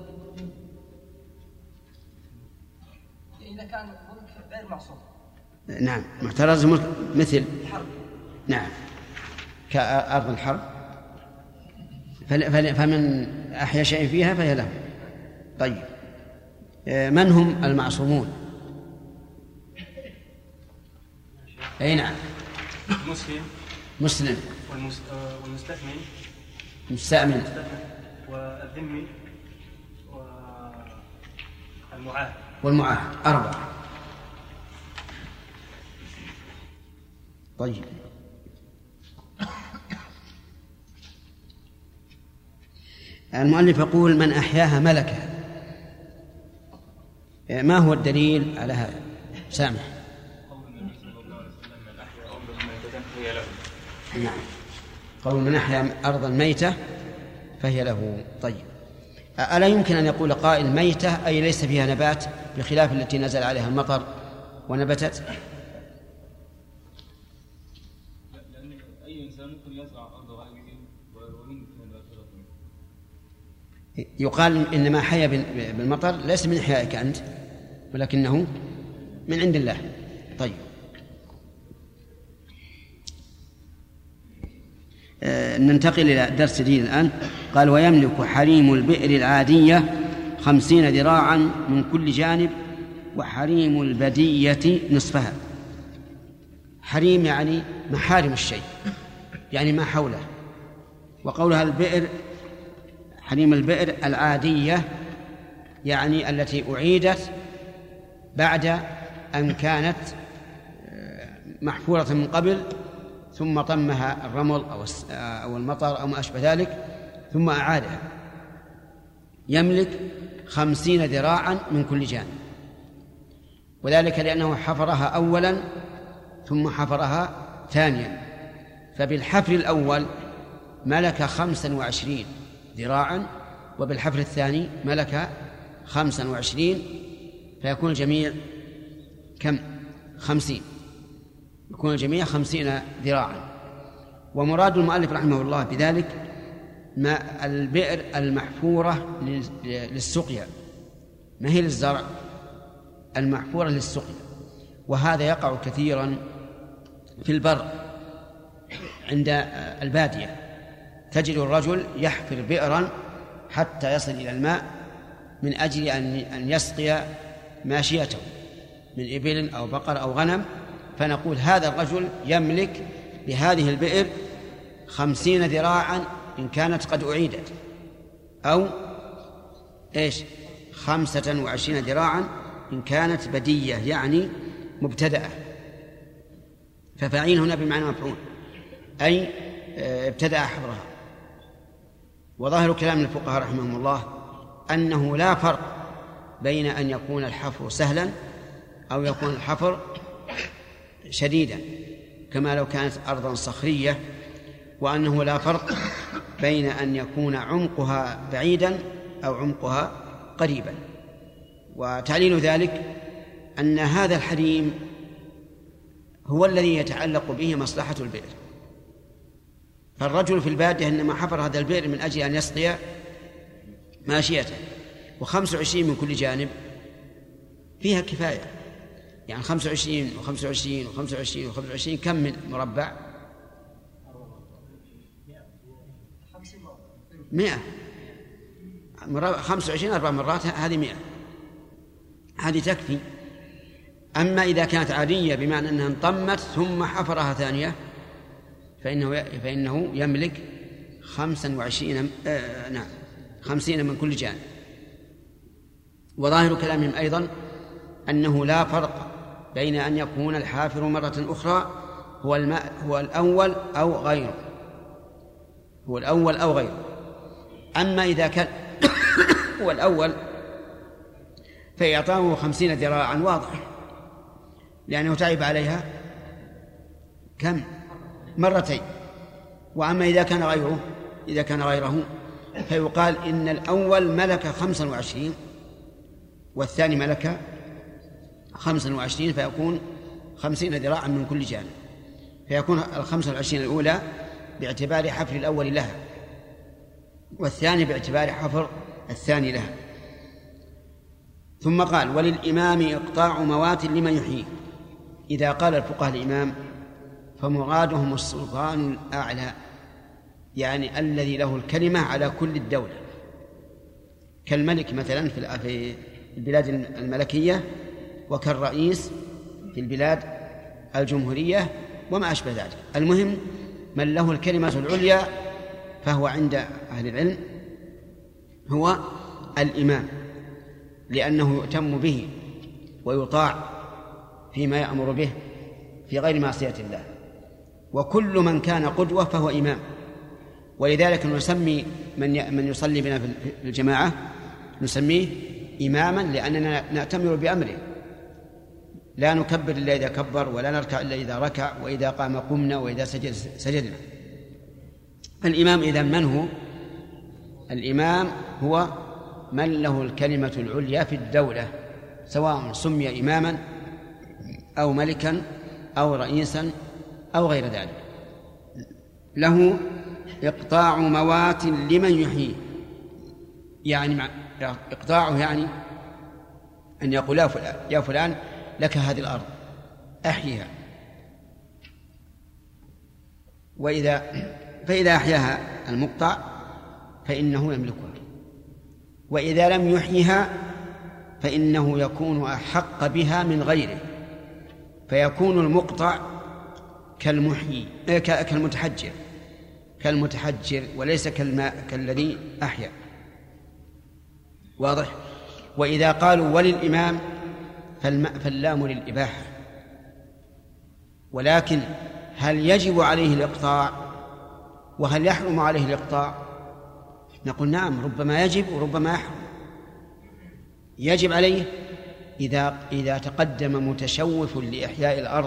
S4: إذا كان ملك غير معصوم.
S5: نعم، محترزه ملك مثل
S4: الحرب.
S5: نعم، كأرض الحرب، فمن أحيا شيء فيها فهي له. طيب، من هم المعصومون؟ أي نعم،
S6: مسلم
S5: مسلم
S6: والمستثمن
S5: مستأمن
S6: والذمي والمعاهد
S5: والمعاهد، أربعة. طيب، المؤلف يقول من أحياها ملكها. ما هو الدليل على هذا؟ سامح. نعم، قول من أحيا أرضا ميتة فهي له. طيب، ألا يمكن أن يقول قائل ميتة أي ليس فيها نبات، بخلاف التي نزل عليها المطر ونبتت؟
S6: لأن أي إنسان ممكن يزرع أرض غيره ويمكن
S5: يقال إنما حيا بالمطر ليس من إحيائك أنت، ولكنه من عند الله. طيب، آه ننتقل إلى درس جديد الآن. قال ويملك حريم البئر العادية خمسين ذراعا من كل جانب، وحريم البدية نصفها. حريم يعني محارم الشيء، يعني ما حوله. وقولها البئر حريم البئر العادية يعني التي أعيدت بعد أن كانت محفورة من قبل، ثم طمها الرمل أو المطر أو ما أشبه ذلك ثم أعادها. يملك خمسين ذراعا من كل جانب، وذلك لأنه حفرها أولا ثم حفرها ثانيا، فبالحفر الأول ملك خمسا وعشرين ذراعا، وبالحفر الثاني ملك خمسا وعشرين، فيكون الجميع كم؟ خمسين، يكون الجميع خمسين ذراعا. ومراد المؤلف رحمه الله بذلك ما البئر المحفورة للسقيا، ما هي للزرع، المحفورة للسقيا. وهذا يقع كثيرا في البر عند البادية، تجد الرجل يحفر بئرا حتى يصل إلى الماء من أجل أن يسقي ماشيته من إبل أو بقر أو غنم، فنقول هذا الرجل يملك بهذه البئر خمسين ذراعا إن كانت قد أعيدت، أو إيش خمسة وعشرين ذراعا إن كانت بدية يعني مبتدأة، ففاعل هنا بمعنى مفعول، أي ابتدأ حفرها. وظاهر كلام الفقهاء رحمهم الله أنه لا فرق بين أن يكون الحفر سهلا أو يكون الحفر شديدا كما لو كانت أرضا صخرية، وأنه لا فرق بين أن يكون عمقها بعيدا أو عمقها قريبا. وتعليل ذلك أن هذا الحريم هو الذي يتعلق به مصلحة البئر، فالرجل في البادية إنما حفر هذا البئر من أجل أن يسقي ماشيته، وخمس وعشرين من كل جانب فيها كفاية، يعني خمس وعشرين وخمس وعشرين وخمس وعشرين وخمس وعشرين كم من مربع؟ مئة. خمس وعشرين أربع مرات هذه مئة، هذه تكفي. أما إذا كانت عادية بمعنى أنها انطمت ثم حفرها ثانية فإنه فإنه يملك خمسا وعشرين آه نعم خمسين من كل جانب. وظاهر كلامهم أيضا أنه لا فرق بين أن يكون الحافر مرة أخرى هو الماء هو الأول أو غيره، هو الأول أو غيره. أما إذا كان هو الأول فإعطاه خمسين ذراعا واضح، لأنه تعب عليها كم مرتين. وأما إذا كان غيره إذا كان غيره فيقال إن الأول ملك خمسا وعشرين والثاني ملك خمسا وعشرين، فيكون خمسين ذراعا من كل جانب، فيكون الخمسة والعشرين الأولى باعتبار حفر الأول لها، والثاني باعتبار حفر الثاني لها. ثم قال وللإمام إقطاع موات لمن يحييه. إذا قال الفقهاء الإمام فمرادهم السلطان الأعلى، يعني الذي له الكلمة على كل الدولة، كالملك مثلا في البلاد الملكية، وكالرئيس في البلاد الجمهورية وما أشبه ذلك. المهم من له الكلمة العليا فهو عند أهل العلم هو الإمام، لأنه يؤتم به ويطاع فيما يأمر به في غير معصية الله، وكل من كان قدوة فهو إمام. ولذلك نسمي من من يصلي بنا في الجماعة نسميه إماما، لأننا نأتمر بأمره، لا نكبر إلا إذا كبر، ولا نركع إلا إذا ركع، وإذا قام قمنا، وإذا سجد سجدنا. الإمام إذن من هو؟ الإمام هو من له الكلمة العليا في الدولة، سواء سمي إماما أو ملكا أو رئيسا أو غير ذلك. له إقطاع موات لمن يحيي، يعني إقطاعه يعني أن يقول يا فلان لك هذه الأرض أحيها، وإذا فإذا أحياها المقطع فإنه يملكها، وإذا لم يحيها فإنه يكون أحق بها من غيره، فيكون المقطع كالمحيي كالمتحجر كالمتحجر وليس كالماء كالذي أحيا. واضح؟ وإذا قالوا وللإمام فاللام للإباحة، ولكن هل يجب عليه الإقطاع وهل يحرم عليه الإقطاع؟ نقول نعم، ربما يجب وربما يحرم. يجب عليه إذا إذا تقدم متشوف لإحياء الأرض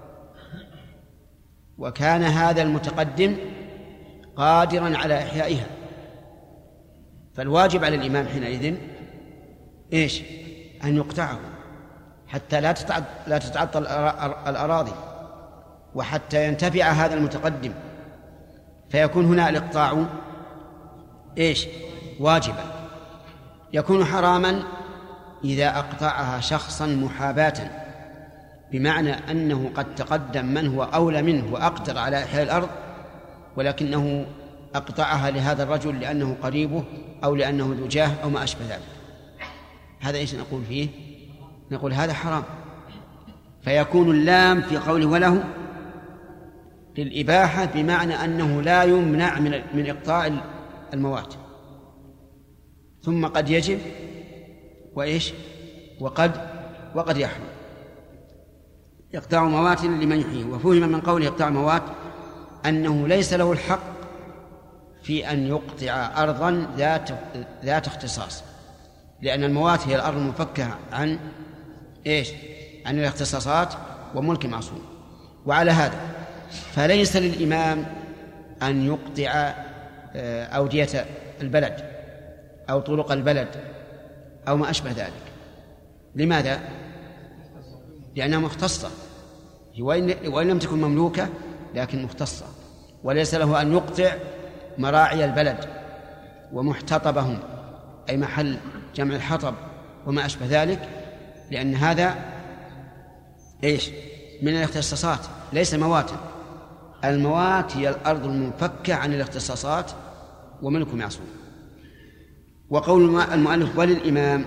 S5: وكان هذا المتقدم قادرا على إحيائها، فالواجب على الإمام حينئذ إيش؟ أن يقطعه حتى لا لا تتعطل الأراضي، وحتى ينتفع هذا المتقدم، فيكون هنا الإقطاع إيش؟ واجبا. يكون حراما إذا أقطعها شخصا محاباة، بمعنى أنه قد تقدم من هو أولى منه وأقدر على إحياء الأرض، ولكنه أقطعها لهذا الرجل لأنه قريبه أو لأنه ذو جاه أو ما أشبه ذلك. هذا إيش نقول فيه؟ نقول هذا حرام. فيكون اللام في قوله وله للإباحة، بمعنى أنه لا يمنع من من إقطاع الموات. ثم قد يجب وإيش وقد وقد يحرم. يقطع موات لمن يحييه. وفهم من قوله يقطع موات أنه ليس له الحق في أن يقطع أرضا ذات ذات اختصاص، لأن الموات هي الأرض المفكة عن إيش عن الاختصاصات وملك معصوم. وعلى هذا فليس للإمام أن يقطع أودية البلد أو طرق البلد أو ما أشبه ذلك. لماذا؟ لأنها مختصة، وإن لم تكن مملوكة لكن مختصة. وليس له أن يقطع مراعي البلد ومحتطبهم أي محل جمع الحطب وما أشبه ذلك، لأن هذا إيش من الاختصاصات ليس مواتا. الموات هي الأرض المنفكة عن الاختصاصات وملك معصوم. وقول المؤلف وللإمام،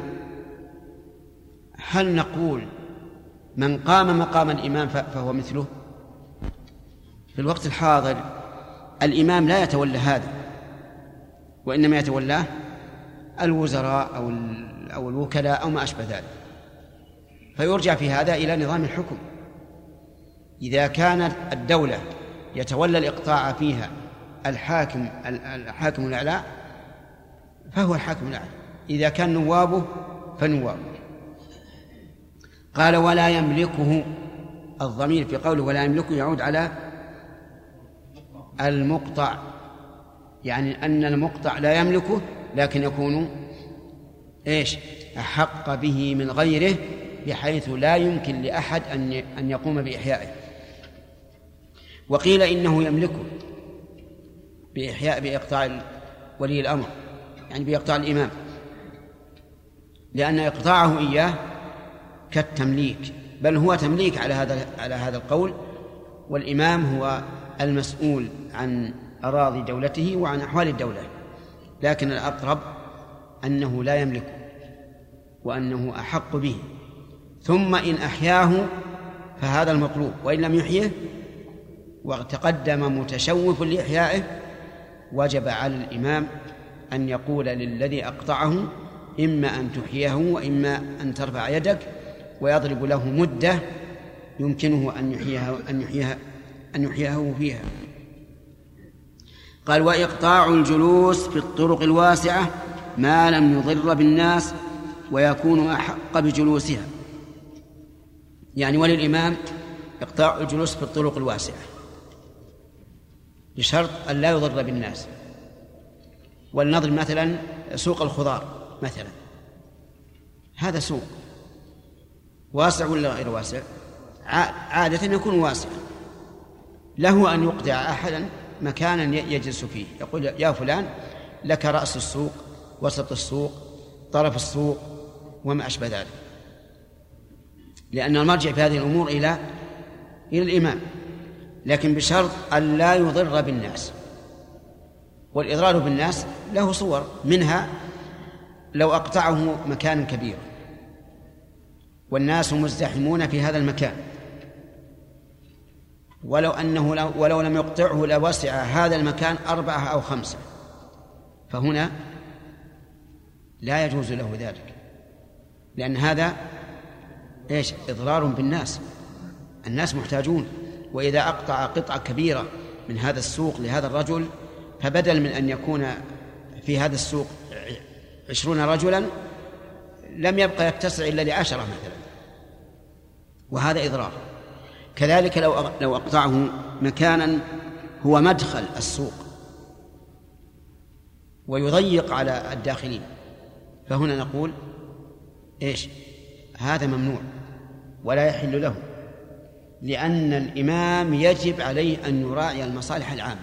S5: هل نقول من قام مقام الإمام فهو مثله؟ في الوقت الحاضر الإمام لا يتولى هذا، وإنما يتولاه الوزراء أو أو الوكلاء أو ما أشبه ذلك. فيرجع في هذا إلى نظام الحكم. إذا كانت الدولة يتولى الإقطاع فيها الحاكم الحاكم الأعلى فهو الحاكم الأعلى، إذا كان نوابه فنوابه. قال ولا يملكه، الضمير في قوله ولا يملكه يعود على المقطع، يعني أن المقطع لا يملكه لكن يكون إيش أحق به من غيره، بحيث لا يمكن لأحد أن يقوم بإحيائه. وقيل إنه يملكه بإحياء بإقطاع ولي الأمر، يعني بإقطاع الإمام، لأن إقطاعه إياه كالتمليك، بل هو تمليك على هذا على هذا القول. والإمام هو المسؤول عن أراضي دولته وعن أحوال الدولة، لكن الأقرب أنه لا يملكه وأنه أحق به. ثم إن أحياه فهذا المطلوب، وإن لم يحيه وتقدم متشوف لإحيائه وجب على الإمام أن يقول للذي أقطعه إما أن تحييه وإما أن ترفع يدك، ويضرب له مدة يمكنه أن يحييها أن يحييها أن يحييه فيها. قال وإقطاع الجلوس في الطرق الواسعة ما لم يضر بالناس ويكون أحق بجلوسها، يعني وللإمام إقطاع الجلوس في الطرق الواسعة بشرط أن لا يضر بالناس. ولنضرب مثلا سوق الخضار مثلا، هذا سوق واسع ولا غير واسع؟ عادة يكون واسعا، له أن يقطع أحدا مكانا يجلس فيه، يقول يا فلان لك رأس السوق، وسط السوق، طرف السوق وما أشبه ذلك، لأن المرجع في هذه الأمور إلى إلى الإمام، لكن بشرط أن لا يضر بالناس. والإضرار بالناس له صور، منها لو أقطعه مكان كبير والناس مزدحمون في هذا المكان، ولو أنه لو ولو لم يقطعه لوسع هذا المكان أربعة أو خمسة، فهنا لا يجوز له ذلك، لأن هذا إيش إضرار بالناس، الناس محتاجون. وإذا أقطع قطعة كبيرة من هذا السوق لهذا الرجل، فبدل من أن يكون في هذا السوق عشرون رجلا لم يبقى يتسع إلا لعشرة مثلا، وهذا إضرار. كذلك لو لو أقطعه مكانا هو مدخل السوق ويضيق على الداخلين، فهنا نقول إيش هذا ممنوع ولا يحل له، لأن الإمام يجب عليه أن يراعي المصالح العامة،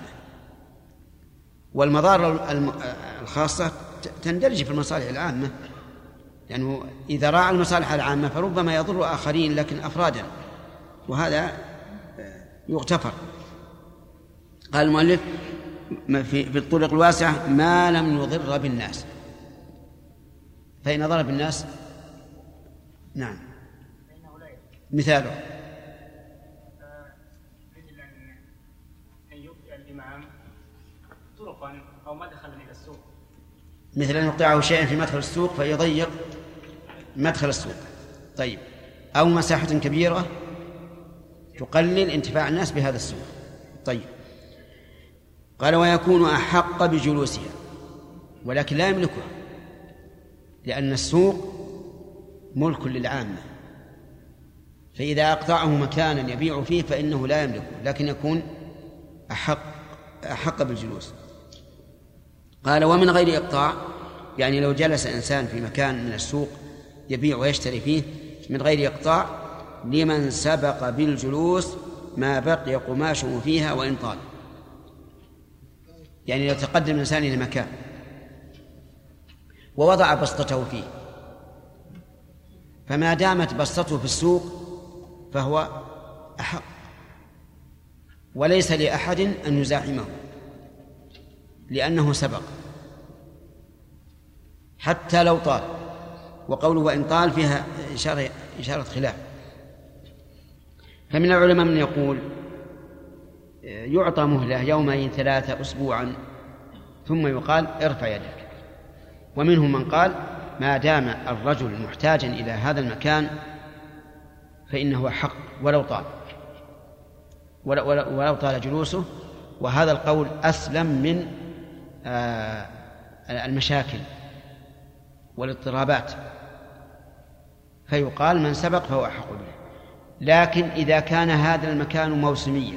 S5: والمضار الخاصة تندرج في المصالح العامة، لأنه إذا راعى المصالح العامة فربما يضر آخرين لكن أفرادا، وهذا يغتفر. قال المؤلف في الطرق الواسعة ما لم يضر بالناس، فإن ضر بالناس نعم مثاله
S4: أو مدخل إلى السوق،
S5: مثل أن يقطعه شيئا في مدخل السوق فيضيق مدخل السوق. طيب، أو مساحة كبيرة تقلل انتفاع الناس بهذا السوق. طيب، قال ويكون أحق بجلوسها، ولكن لا يملكها، لأن السوق ملك للعامة، فإذا أقطعه مكانا يبيع فيه فإنه لا يملكه، لكن يكون أحق أحق بالجلوس. قال ومن غير إقطاع، يعني لو جلس إنسان في مكان من السوق يبيع ويشتري فيه من غير إقطاع لمن سبق بالجلوس ما بقي قماشه فيها وإن طال. يعني لو تقدم الإنسان إلى مكان ووضع بسطته فيه، فما دامت بسطته في السوق فهو أحق، وليس لأحد أن يزاحمه لأنه سبق حتى لو طال. وقوله وإن طال فيها إشارة, إشارة خلاف. فمن العلماء من يقول يعطى مهلة يومين ثلاثة أسبوعا ثم يقال ارفع يدك، ومنهم من قال ما دام الرجل محتاجا إلى هذا المكان فإنه حق ولو طال ولو طال جلوسه. وهذا القول أسلم من المشاكل والاضطرابات، فيقال من سبق فهو أحق به. لكن إذا كان هذا المكان موسميا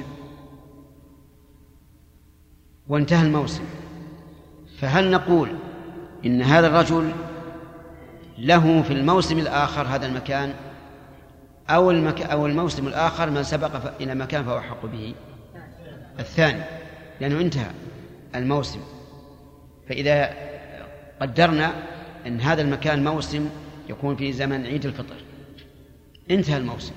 S5: وانتهى الموسم، فهل نقول إن هذا الرجل له في الموسم الآخر هذا المكان أو, المك... أو الموسم الآخر من سبق إلى مكان فهو أحق به؟ الثاني، لأنه انتهى الموسم. فإذا قدرنا أن هذا المكان موسم يكون في زمن عيد الفطر، انتهى الموسم،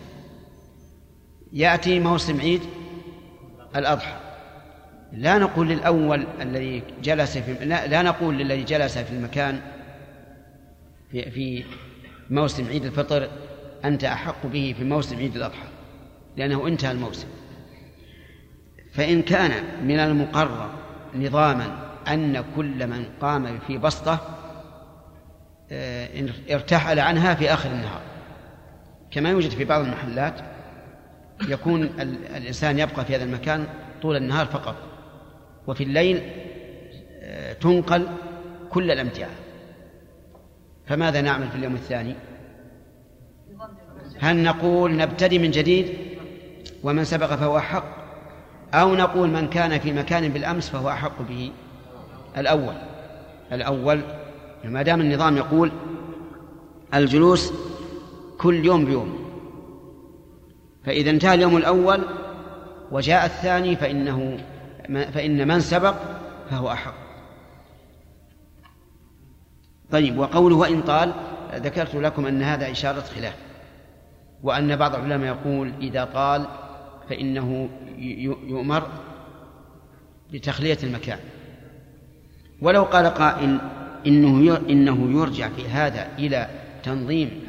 S5: يأتي موسم عيد الأضحى، لا نقول للأول الذي جلس في لا, لا نقول للذي جلس في المكان في, في موسم عيد الفطر أنت أحق به في موسم عيد الأضحى، لأنه انتهى الموسم. فإن كان من المقرر نظاما أن كل من قام في بسطة ارتحل عنها في آخر النهار، كما يوجد في بعض المحلات يكون الإنسان يبقى في هذا المكان طول النهار فقط، وفي الليل تنقل كل الأمتعة، فماذا نعمل في اليوم الثاني؟ هل نقول نبتدي من جديد ومن سبق فهو أحق، أو نقول من كان في مكان بالأمس فهو أحق به؟ الأول الأول ما دام النظام يقول الجلوس كل يوم بيوم، فإذا انتهى اليوم الأول وجاء الثاني فإنه فإن من سبق فهو أحق. طيب، وقوله وإن طال ذكرت لكم أن هذا إشارة خلاف، وأن بعض العلماء يقول إذا طال فإنه يؤمر بتخلية المكان. ولو قال قائل إنه إنه يرجع في هذا إلى تنظيم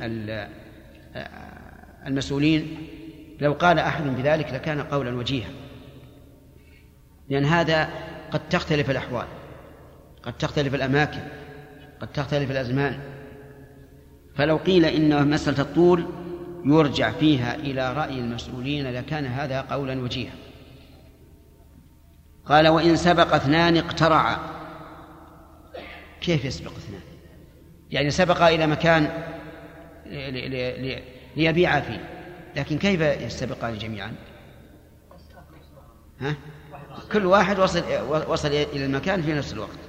S5: المسؤولين، لو قال أحد بذلك لكان قولا وجيها، لأن هذا قد تختلف الأحوال، قد تختلف الأماكن، قد تختلف الأزمان. فلو قيل إن مسألة الطول يرجع فيها إلى رأي المسؤولين لكان هذا قولا وجيها. قال وإن سبق اثنان اقترعا. كيف يسبق اثنان؟ يعني سبق إلى مكان ليبيع فيه، لكن كيف يستبقان جميعا؟ ها؟ كل واحد وصل, وصل إلى المكان في نفس الوقت.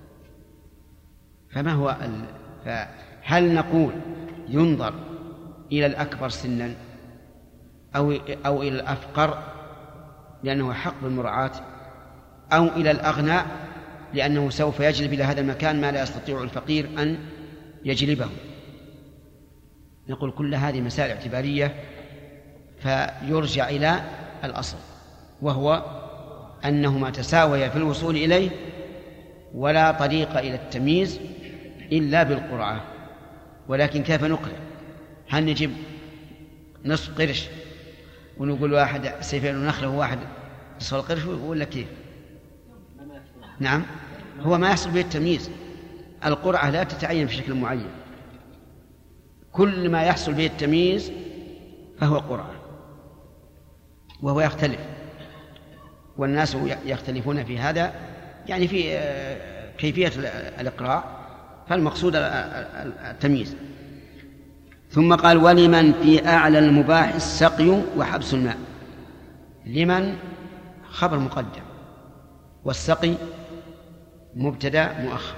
S5: فما هو ال... فهل نقول ينظر إلى الأكبر سنا أو, أو إلى الأفقر لأنه حق بالمراعاة، أو إلى الأغنى لأنه سوف يجلب إلى هذا المكان ما لا يستطيع الفقير أن يجلبه؟ نقول كل هذه مسائل اعتبارية، فيرجع إلى الأصل، وهو أنهما تساويا في الوصول إليه، ولا طريق إلى التمييز إلا بالقرعة. ولكن كيف نقرأ؟ هل نجيب نصف قرش ونقول واحد سيفين ونخله وواحد نصف القرش ولا كيف؟ نعم، هو ما يحصل به التمييز. القرعة لا تتعين بشكل معين، كل ما يحصل به التمييز فهو قرآن، وهو يختلف، والناس يختلفون في هذا، يعني في كيفية الإقراء، فالمقصود التمييز. ثم قال: ولمن في أعلى المباح السقي وحبس الماء. لمن خبر مقدم، والسقي مبتدأ مؤخر.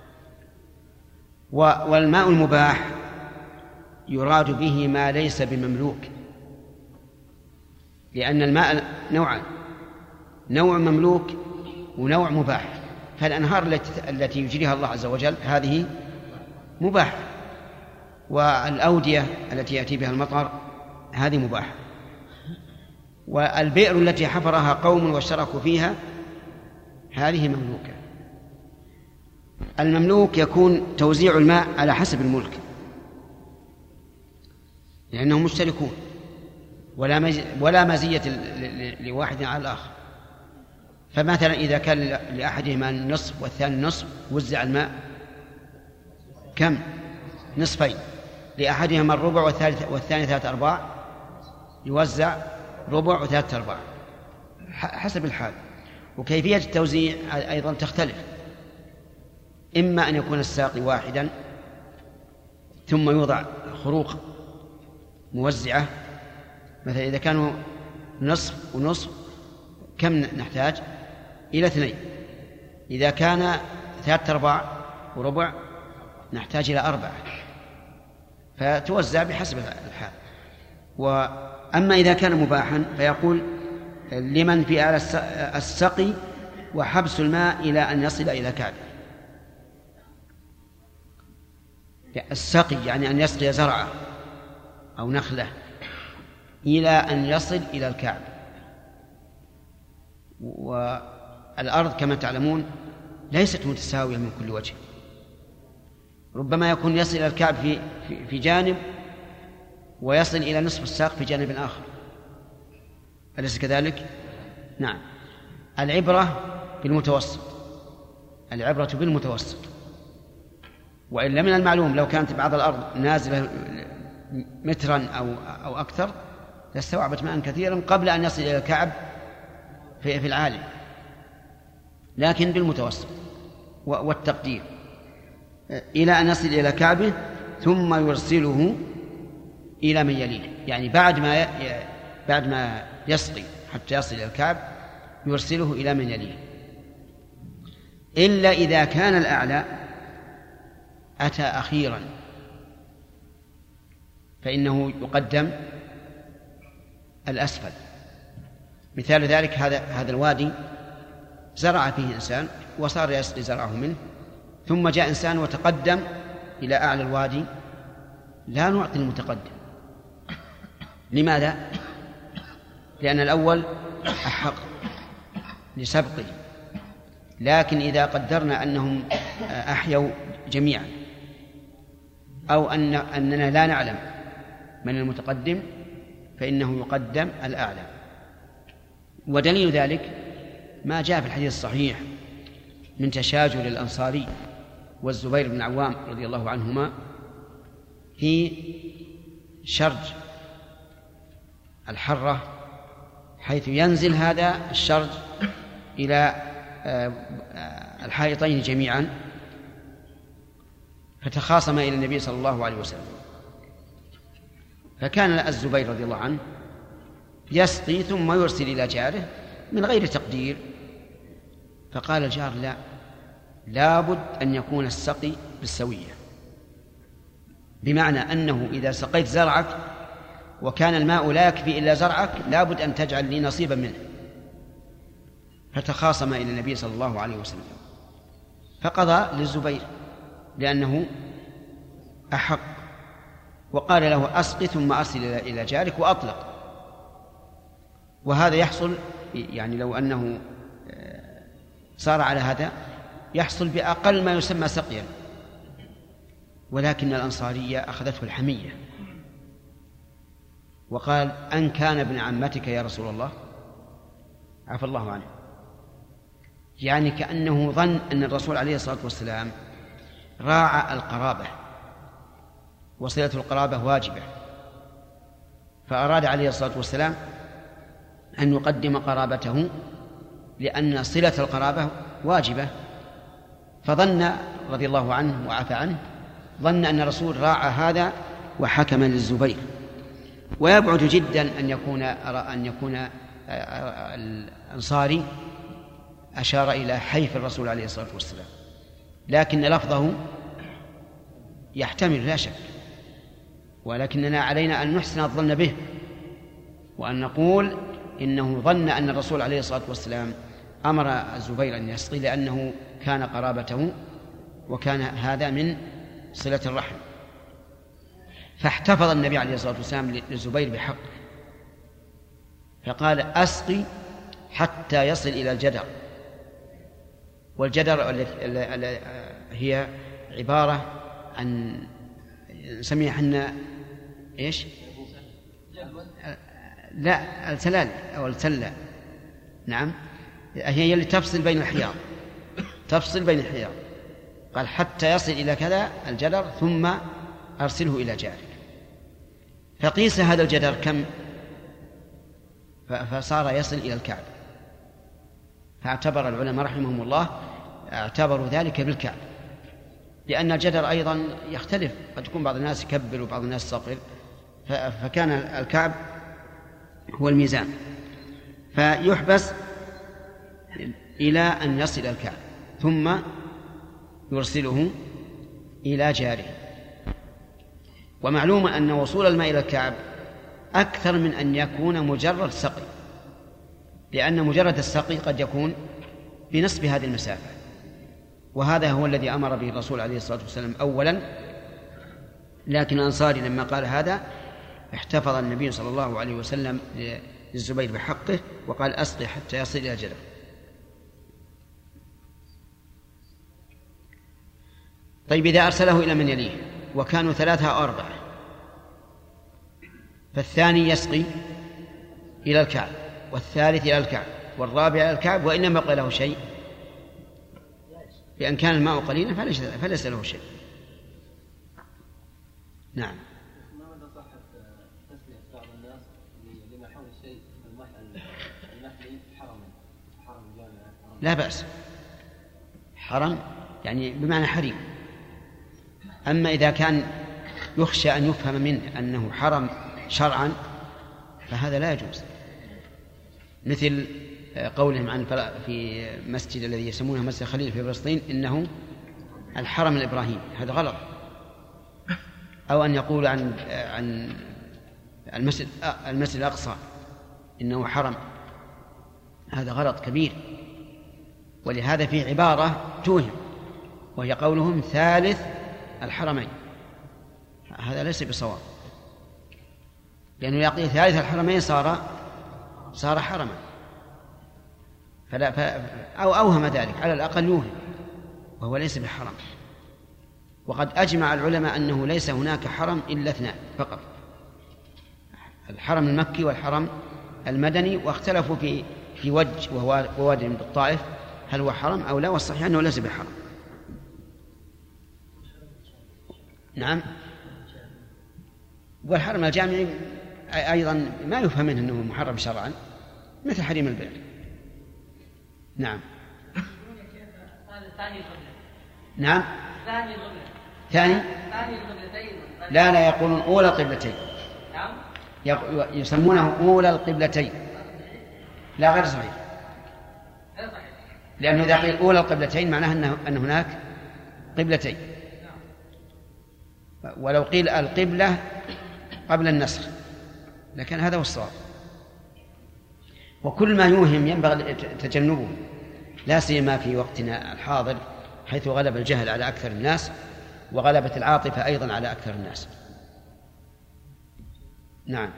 S5: والماء المباح يراد به ما ليس بمملوك، لأن الماء نوعان: نوع مملوك ونوع مباح. فالأنهار التي يجريها الله عز وجل هذه مباح، والأودية التي يأتي بها المطر هذه مباح، والبئر التي حفرها قوم واشتركوا فيها هذه مملوكة. المملوك يكون توزيع الماء على حسب الملك، لأنهم مشتركون، ولا مزية لواحد على الآخر. فمثلا إذا كان لأحدهما النصف والثاني نصف، وزع الماء كم؟ نصفين. لأحدهما الربع والثاني ثلاثة أرباع، يوزع ربع وثلاثة أرباع حسب الحال. وكيفية التوزيع أيضا تختلف، إما أن يكون الساقي واحدا ثم يوضع خروق موزعة، مثلا إذا كانوا نصف ونصف كم نحتاج؟ إلى اثنين. إذا كان ثلاثة أرباع وربع نحتاج إلى أربعة، فتوزع بحسب الحال. وأما إذا كان مباحا فيقول: لمن في أعلى السقي وحبس الماء إلى أن يصل إلى كعبه. السقي يعني أن يسقي زرعه أو نخله إلى أن يصل إلى الكعب. والأرض كما تعلمون ليست متساوية من كل وجه، ربما يكون يصل إلى الكعب في, في, في جانب، ويصل إلى نصف الساق في جانب آخر، أليس كذلك؟ نعم. العبرة بالمتوسط، العبرة بالمتوسط. وإلا من المعلوم لو كانت بعض الأرض نازلة مترا أو, أو أكثر لاستوعبت ماء كثيرا قبل أن يصل إلى الكعب في, في العالي، لكن بالمتوسط والتقدير إلى أن يصل إلى كعبه، ثم يرسله إلى من يليه. يعني بعد ما بعد ما يسقي حتى يصل إلى الكعب يرسله إلى من يليه، إلا إذا كان الأعلى أتى أخيرا فإنه يقدم الأسفل. مثال ذلك هذا هذا الوادي زرع فيه إنسان وصار يسقي زرعه منه، ثم جاء إنسان وتقدم إلى أعلى الوادي، لا نعطي المتقدم. لماذا؟ لأن الأول أحق لسبقه، لكن إذا قدرنا أنهم أحيوا جميعا أو أن أننا لا نعلم من المتقدم فإنه يقدم الأعلى. ودليل ذلك ما جاء في الحديث الصحيح من تشاجر الأنصاري والزبير بن عوام رضي الله عنهما في شرج الحرة، حيث ينزل هذا الشرج إلى الحائطين جميعا، فتخاصم إلى النبي صلى الله عليه وسلم. فكان الزبير رضي الله عنه يسقي ثم يرسل إلى جاره من غير تقدير، فقال الجار: لا، لابد أن يكون السقي بالسوية، بمعنى أنه إذا سقيت زرعك وكان الماء لا يكفي إلا زرعك لابد أن تجعل لي نصيبا منه. فتخاصم إلى النبي صلى الله عليه وسلم، فقضى للزبير لأنه أحق، وقال له: أسقي ثم أرسل إلى جارك وأطلق. وهذا يحصل، يعني لو أنه صار على هذا يحصل بأقل ما يسمى سقيا، ولكن الأنصارية أخذته الحمية وقال: أن كان ابن عمتك يا رسول الله عفى الله عنه، يعني كأنه ظن أن الرسول عليه الصلاة والسلام راعى القرابة وصلة القرابة واجبة، فأراد عليه الصلاة والسلام أن يقدم قرابته لأن صلة القرابة واجبة، فظن رضي الله عنه وعفى عنه ظن أن الرسول راعى هذا وحكم للزبير. ويبعد جدا أن يكون أن يكون الأنصاري أشار إلى حيف الرسول عليه الصلاة والسلام، لكن لفظه يحتمل لا شك، ولكننا علينا أن نحسن الظن به وأن نقول إنه ظن أن الرسول عليه الصلاة والسلام أمر الزبير أن يسقي لأنه كان قرابته وكان هذا من صلة الرحم، فاحتفظ النبي عليه الصلاة والسلام للزبير بحق، فقال أسقي حتى يصل إلى الجدر. والجدر هي عبارة عن نسميها حنا إيش؟ لا السلال أو السلة، نعم، هي اللي تفصل بين الحياض، تفصل بين الحياض. قال حتى يصل إلى كذا الجدر ثم أرسله إلى جارك. فقيس هذا الجدر كم؟ فصار يصل إلى الكعب، فاعتبر العلماء رحمهم الله اعتبروا ذلك بالكعب، لأن الجدر أيضا يختلف، قد يكون بعض الناس يكبر وبعض الناس يصغر، فكان الكعب هو الميزان، فيحبس إلى أن يصل الكعب ثم يرسله إلى جاره. ومعلوم أن وصول الماء إلى الكعب أكثر من أن يكون مجرد سقي، لأن مجرد السقي قد يكون بنصف هذه المسافة، وهذا هو الذي أمر به الرسول عليه الصلاة والسلام أولا. لكن الأنصاري لما قال هذا احتفظ النبي صلى الله عليه وسلم للزبير بحقه وقال أسقي حتى يصل إلى الجدر. طيب إذا أرسله إلى من يليه وكانوا ثلاثة أو أربعة، فالثاني يسقي إلى الكعب والثالث إلى الكعب والرابع إلى الكعب، وإنما يبقى له شيء، بأن كان الماء قليلا فليس, فليس له شيء. نعم. لا بأس، حرم يعني بمعنى حريم. أما إذا كان يخشى أن يفهم منه أنه حرم شرعا فهذا لا يجوز، مثل قولهم عن في مسجد الذي يسمونه مسجد خليل في فلسطين إنه الحرم الإبراهيمي، هذا غلط. أو أن يقول عن عن المسجد المسجد الأقصى إنه حرم، هذا غلط كبير. ولهذا في عبارة توهم وهي قولهم ثالث الحرمين، هذا ليس بصواب، لأنه يقول ثالث الحرمين صار صار حرما، فلا ف... أو أوهم ذلك، على الأقل يوهم وهو ليس بحرم. وقد أجمع العلماء أنه ليس هناك حرم إلا اثنان فقط، الحرم المكي والحرم المدني، واختلفوا في في وجه وهو وواد بالطائف هل هو حرم أو لا، والصحيح أنه ليس بحرم. نعم. والحرم الجامعي أيضا ما يفهم منه أنه محرم شرعا مثل حريم البيع. نعم. نعم. ثاني لا لا يقولون أولى القبلتين، يسمونه أولى القبلتين، لا غير صحيح، لأنه إذا قيل أولى القبلتين معناه أن هناك قبلتين، ولو قيل القبلة قبل النسخ لكن هذا هو الصواب. وكل ما يوهم ينبغي تجنبه، لا سيما في وقتنا الحاضر حيث غلب الجهل على أكثر الناس وغلبت العاطفة أيضا على أكثر الناس. نعم.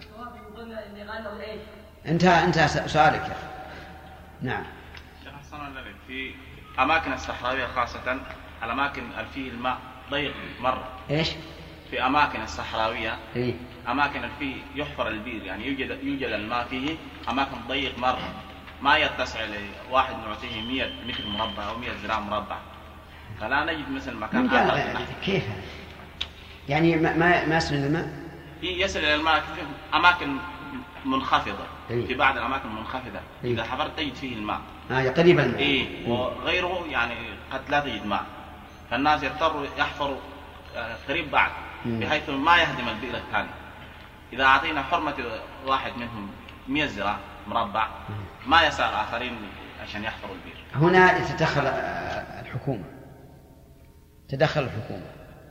S5: انتهى انتهى سؤالك. نعم.
S7: في أماكن الصحراوية خاصة الأماكن فيه الماء ضيق مرة.
S5: إيش؟
S7: في أماكن الصحراوية
S5: إيه؟
S7: أماكن فيه يحفر البير، يعني يوجد يوجد الماء فيه أماكن ضيق مرة ما يتسع لواحد نعطيه مئة متر مربع أو مئة ذراع مربع، فلا نجد مثل مكان آخر.
S5: كيف يعني ما ما يصل إلى الماء؟
S7: يصل إلى الماء في أماكن منخفضة. إيه؟ في بعض الأماكن المنخفضة. إيه؟ إذا حفرت تجد فيه الماء.
S5: آه قريب الماء.
S7: إيه؟ وغيره يعني قد لا تجد ماء، فالناس يضطروا يحفروا قريب بعض بحيث ما يهدم البئر الثاني. إذا أعطينا حرمة واحد منهم مئة ذراع مربع ما يسع الآخرين عشان يحفروا البئر.
S5: هنا تتدخل الحكومة، تدخل الحكومة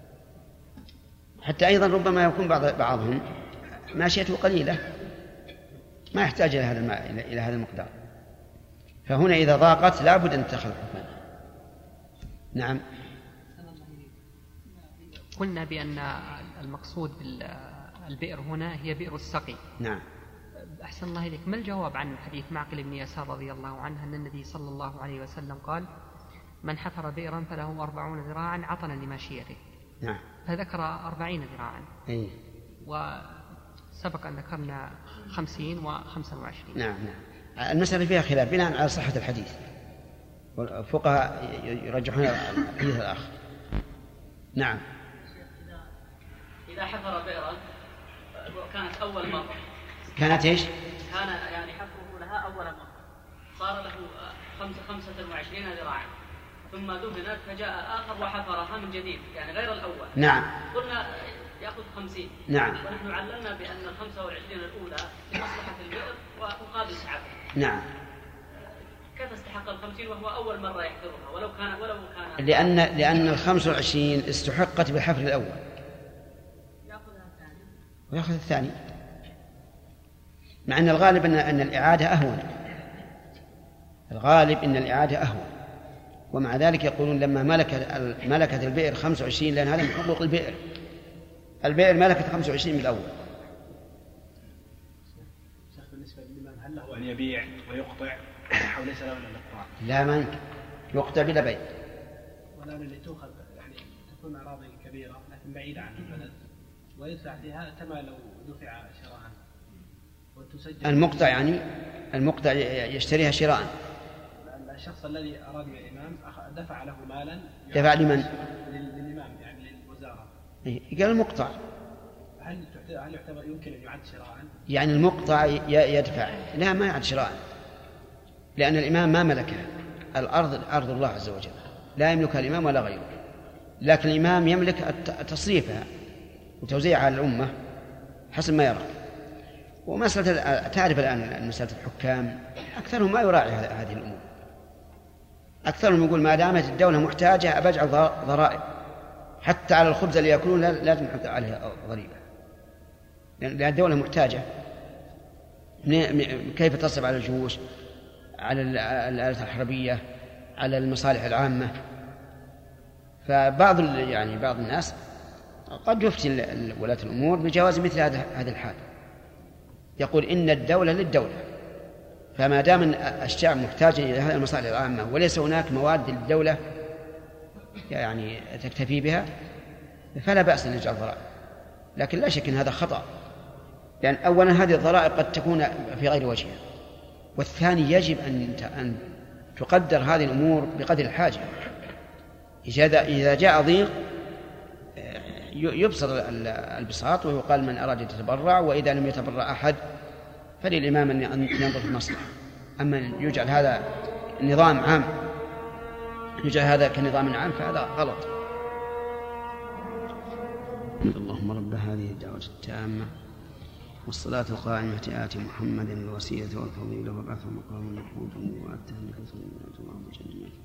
S5: حتى أيضا ربما يكون بعض بعضهم ماشيته قليلة ما يحتاج إلى هذا الماء إلى هذا المقدار، فهنا إذا ضاقت لا بد أن تدخل الحكومة. نعم.
S8: قلنا بأن المقصود بالبئر هنا هي بئر السقي.
S5: نعم.
S8: أحسن الله إليك، ما الجواب عن حديث معقل بن يسار رضي الله عنه أن النبي صلى الله عليه وسلم قال من حفر بئرا فله أربعون ذراعا عطنا لماشيته.
S5: نعم.
S8: فذكر أربعين ذراعا.
S5: أي.
S8: وسبق أن ذكرنا خمسين وخمسة وعشرين.
S5: نعم نعم. المسألة فيها خلاف بناء على صحة الحديث، والفقهاء يرجحون الحديث الآخر. نعم.
S9: إذا حفر بئرا وكانت أول مرة،
S5: كانت إيش؟
S9: كان يعني حفره لها أول مرة صار له خمسة خمسة وعشرين ذراعا، ثم دفنت فجاء آخر وحفرها من جديد يعني غير الأول.
S5: نعم.
S9: قلنا يأخذ خمسين.
S5: نعم.
S9: ونحن علمنا بأن الخمسة والعشرين الأولى لمصلحة البئر ومقابل تعبه.
S5: نعم.
S9: كيف استحق الخمسين وهو أول مرة يحفرها ولو كان ولو كان؟
S5: لأن لأن الخمس والعشرين استحقت بالحفر الأول.
S9: يأخذها الثاني.
S5: ويأخذ الثاني. مع أن الغالب أن أن الإعادة أهون. الغالب أن الإعادة أهون. ومع ذلك يقولون لما ملكت ملكت البئر خمس وعشرين لأن هذا من حقوق البئر. البئر ملكت خمس وعشرين من الأول.
S10: بالنسبة للإمام هل له أن يبيع ويقطع أو ليس له إلا الإقطاع؟
S5: لا منك يقطع بلا بيع.
S10: ولا اللي تؤخذ يعني تكون أراضي كبيرة لكن بعيدة عن البلد ويدفع فيها كما لو دفع شراء.
S5: المقطع يعني المقطع يشتريها شراء.
S10: الشخص الذي أراد من الإمام دفع له مالا.
S5: دفع لمن؟
S10: للإمام يعني للوزارة.
S5: إيه قال المقطع.
S10: هل هل يعتبر يمكن أن يعد شراء؟
S5: يعني المقطع يدفع. لا ما يعد شراء لأن الإمام ما ملكها. الأرض أرض الله عز وجل لا يملكها الإمام ولا غيره، لكن الإمام يملك تصريفها وتوزيعها على الأمة حسب ما يرى. ومسألة تعرف الآن مسألة الحكام أكثرهم ما يراعي هذه الأمور. أكثرهم يقول ما دامت الدولة محتاجة أبجعل ضرائب حتى على الخبز اللي يأكلون لازم نحط عليه ضريبة لأن الدولة محتاجة. كيف تصرف على الجيوش، على الآلات الحربية، على المصالح العامة. فبعض يعني بعض الناس قد يفتي ولاة الأمور بجواز مثل هذا الحال، يقول إن الدولة للدولة، فما دام الشعب محتاج إلى هذه المصالح العامة وليس هناك مواد للدولة يعني تكتفي بها فلا بأس أن يجعل ضرائب. لكن لا شك أن هذا خطأ، لأن أولا هذه الضرائب قد تكون في غير وجهها، والثاني يجب أن تقدر هذه الأمور بقدر الحاجة. إذا جاء ضيق يبسط البساط ويقال من أراد يتبرع، وإذا لم يتبرع أحد فللإمام أن ينظر في المصلحة. أما يجعل هذا نظام عام يجعل هذا كنظام عام فهذا غلط. اللهم رب هذه الدعوة التامة والصلاة القائمة آت محمد الوسيلة والفضيلة وبعثه مقام محمود وأتاه بك صلى الله عليه وسلم.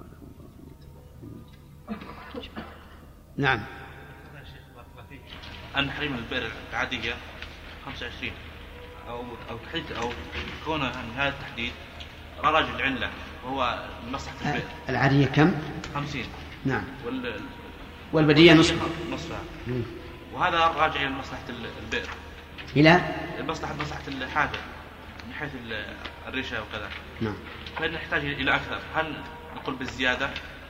S5: نعم.
S11: أن حريم البئر العادية خمسة وعشرين أو أو تحديد أو كونه هذا التحديد راجع العلة وهو مصلحة البئر.
S5: العادية كم؟
S11: خمسين.
S5: نعم.
S11: وال
S5: والبدية نصفها.
S11: نصفها. وهذا راجع إلى مصلحة البئر.
S5: إلى؟
S11: مصلحة مصلحة الحافر من حيث الريشة وكذا.
S5: نعم.
S11: فنحتاج إلى أكثر. هل نقول بالزيادة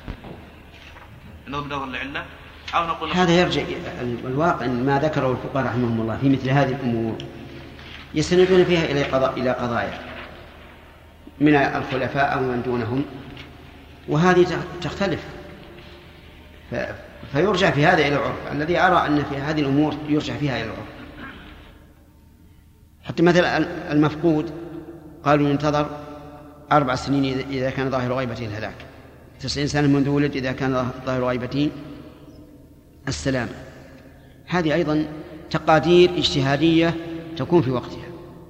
S11: نظر العلة أو نقول
S5: هذا يرجع الواقع ما ذكره الفقهاء رحمهم الله في مثل هذه الأمور يستندون فيها إلى قضاء إلى قضايا من الخلفاء أو من دونهم، وهذه تختلف. فيرجع في هذا إلى العرف. الذي أرى أن في هذه الأمور يرجع فيها إلى العرف. حتى مثلا المفقود قالوا ينتظر أربع سنين إذا كان ظاهر غيبته الهلاك، تسعين سنة منذ ولد إذا كان ظاهر غيبته السلام. هذه أيضا تقادير اجتهادية تكون في وقتها.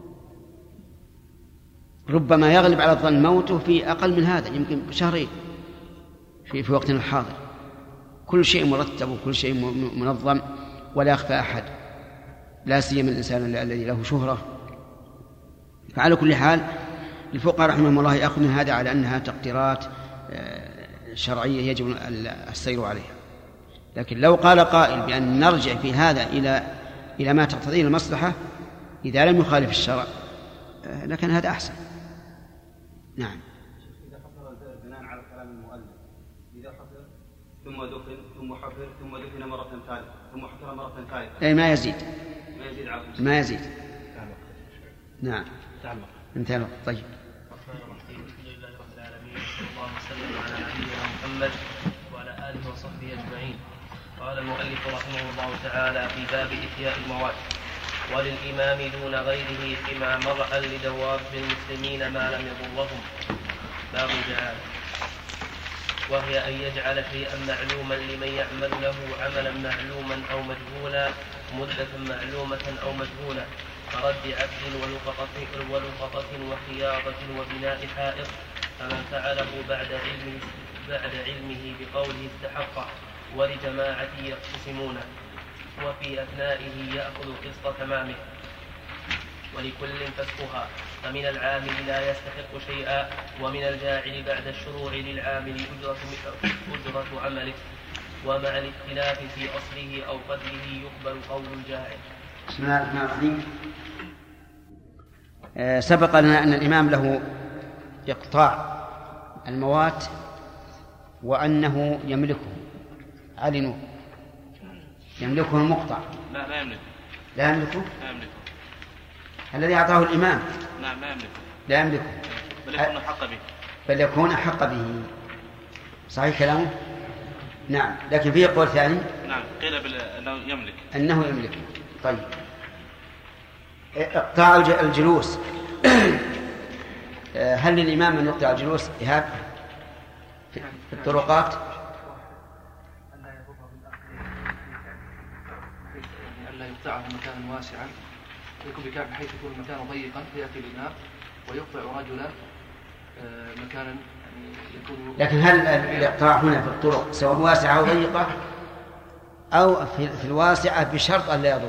S5: ربما يغلب على الظن موته في أقل من هذا، يمكن شهرين في, في وقتنا الحاضر. كل شيء مرتب وكل شيء منظم ولا يخفى أحد، لا سيما الإنسان الذي له شهرة. فعلى كل حال الفقهاء رحمهم الله يأخذ من هذا على أنها تقديرات شرعية يجب السير عليها. لكن لو قال قائل بأن نرجع في هذا إلى إلى ما تقتضيه المصلحة إذا لم يخالف الشرع لكن هذا أحسن. نعم.
S6: إذا حصل البئر بناء على كلام المؤلف، إذا حصل ثم دفن ثم حفر ثم دفن مرة ثالثة ثم حفر مرة ثالثة،
S5: أي ما يزيد
S6: ما يزيد على
S5: ما يزيد. نعم. انتهى. طيب.
S3: الحمد لله رب العالمين، اللهم صل على نبينا محمد وعلى آله وصحبه أجمعين. قال المؤلف رحمه الله تعالى في باب إحياء الموات: وللإمام دون غيره فيما مرعا لدواب المسلمين ما لم يضرهم. باب الجهالة، وهي أن يجعل شيئا معلوما لمن يعمل له عملا معلوما أو مجهولا مدة معلومة أو مجهولة، كرد عبد ولقطة ولقطة وخياطة وبناء حائط، فمن فعله بعد علمه بعد علمه بقوله استحقه ولجماعة يقتسمونه، وفي أثنائه يأخذ قسط تمامه، ولكل فسقها، فمن العامل لا يستحق شيئا، ومن الجاعل بعد الشروع للعامل أجرة, أجرة عمله، ومع الاختلاف في أصله أو قدره يقبل قول الجاعل.
S5: بسم الله الرحمن الرحيم. آه سبق لنا أن الإمام له إقطاع الموات وأنه يملكه. علنوا يملكه المقطع؟
S7: لا لا يملكه.
S5: لا يملكه؟
S7: لا يملكه.
S5: الذي أعطاه الإمام؟
S7: نعم لا يملكه.
S5: لا يملكه،
S7: بل يكون أحق به.
S5: بل يكون أحق به. صحيح كلامه؟ نعم. لكن فيه قول ثاني.
S7: نعم قيل أنه يملك.
S5: أنه يملك. طيب. اقطاع الجلوس هل للإمام أن يقطع الجلوس إيهاب في الطرقات؟
S12: ألا يقطعه مكانا واسعا يكون بكعب بحيث يكون المكان ضيقا فيأتي الإمام ويقطع رجلا مكانا يعني يكون. لكن
S5: هل الإقطاع هنا في الطرق سواء واسعة أو ضيقة أو في الواسعة بشرط أن لا يضر؟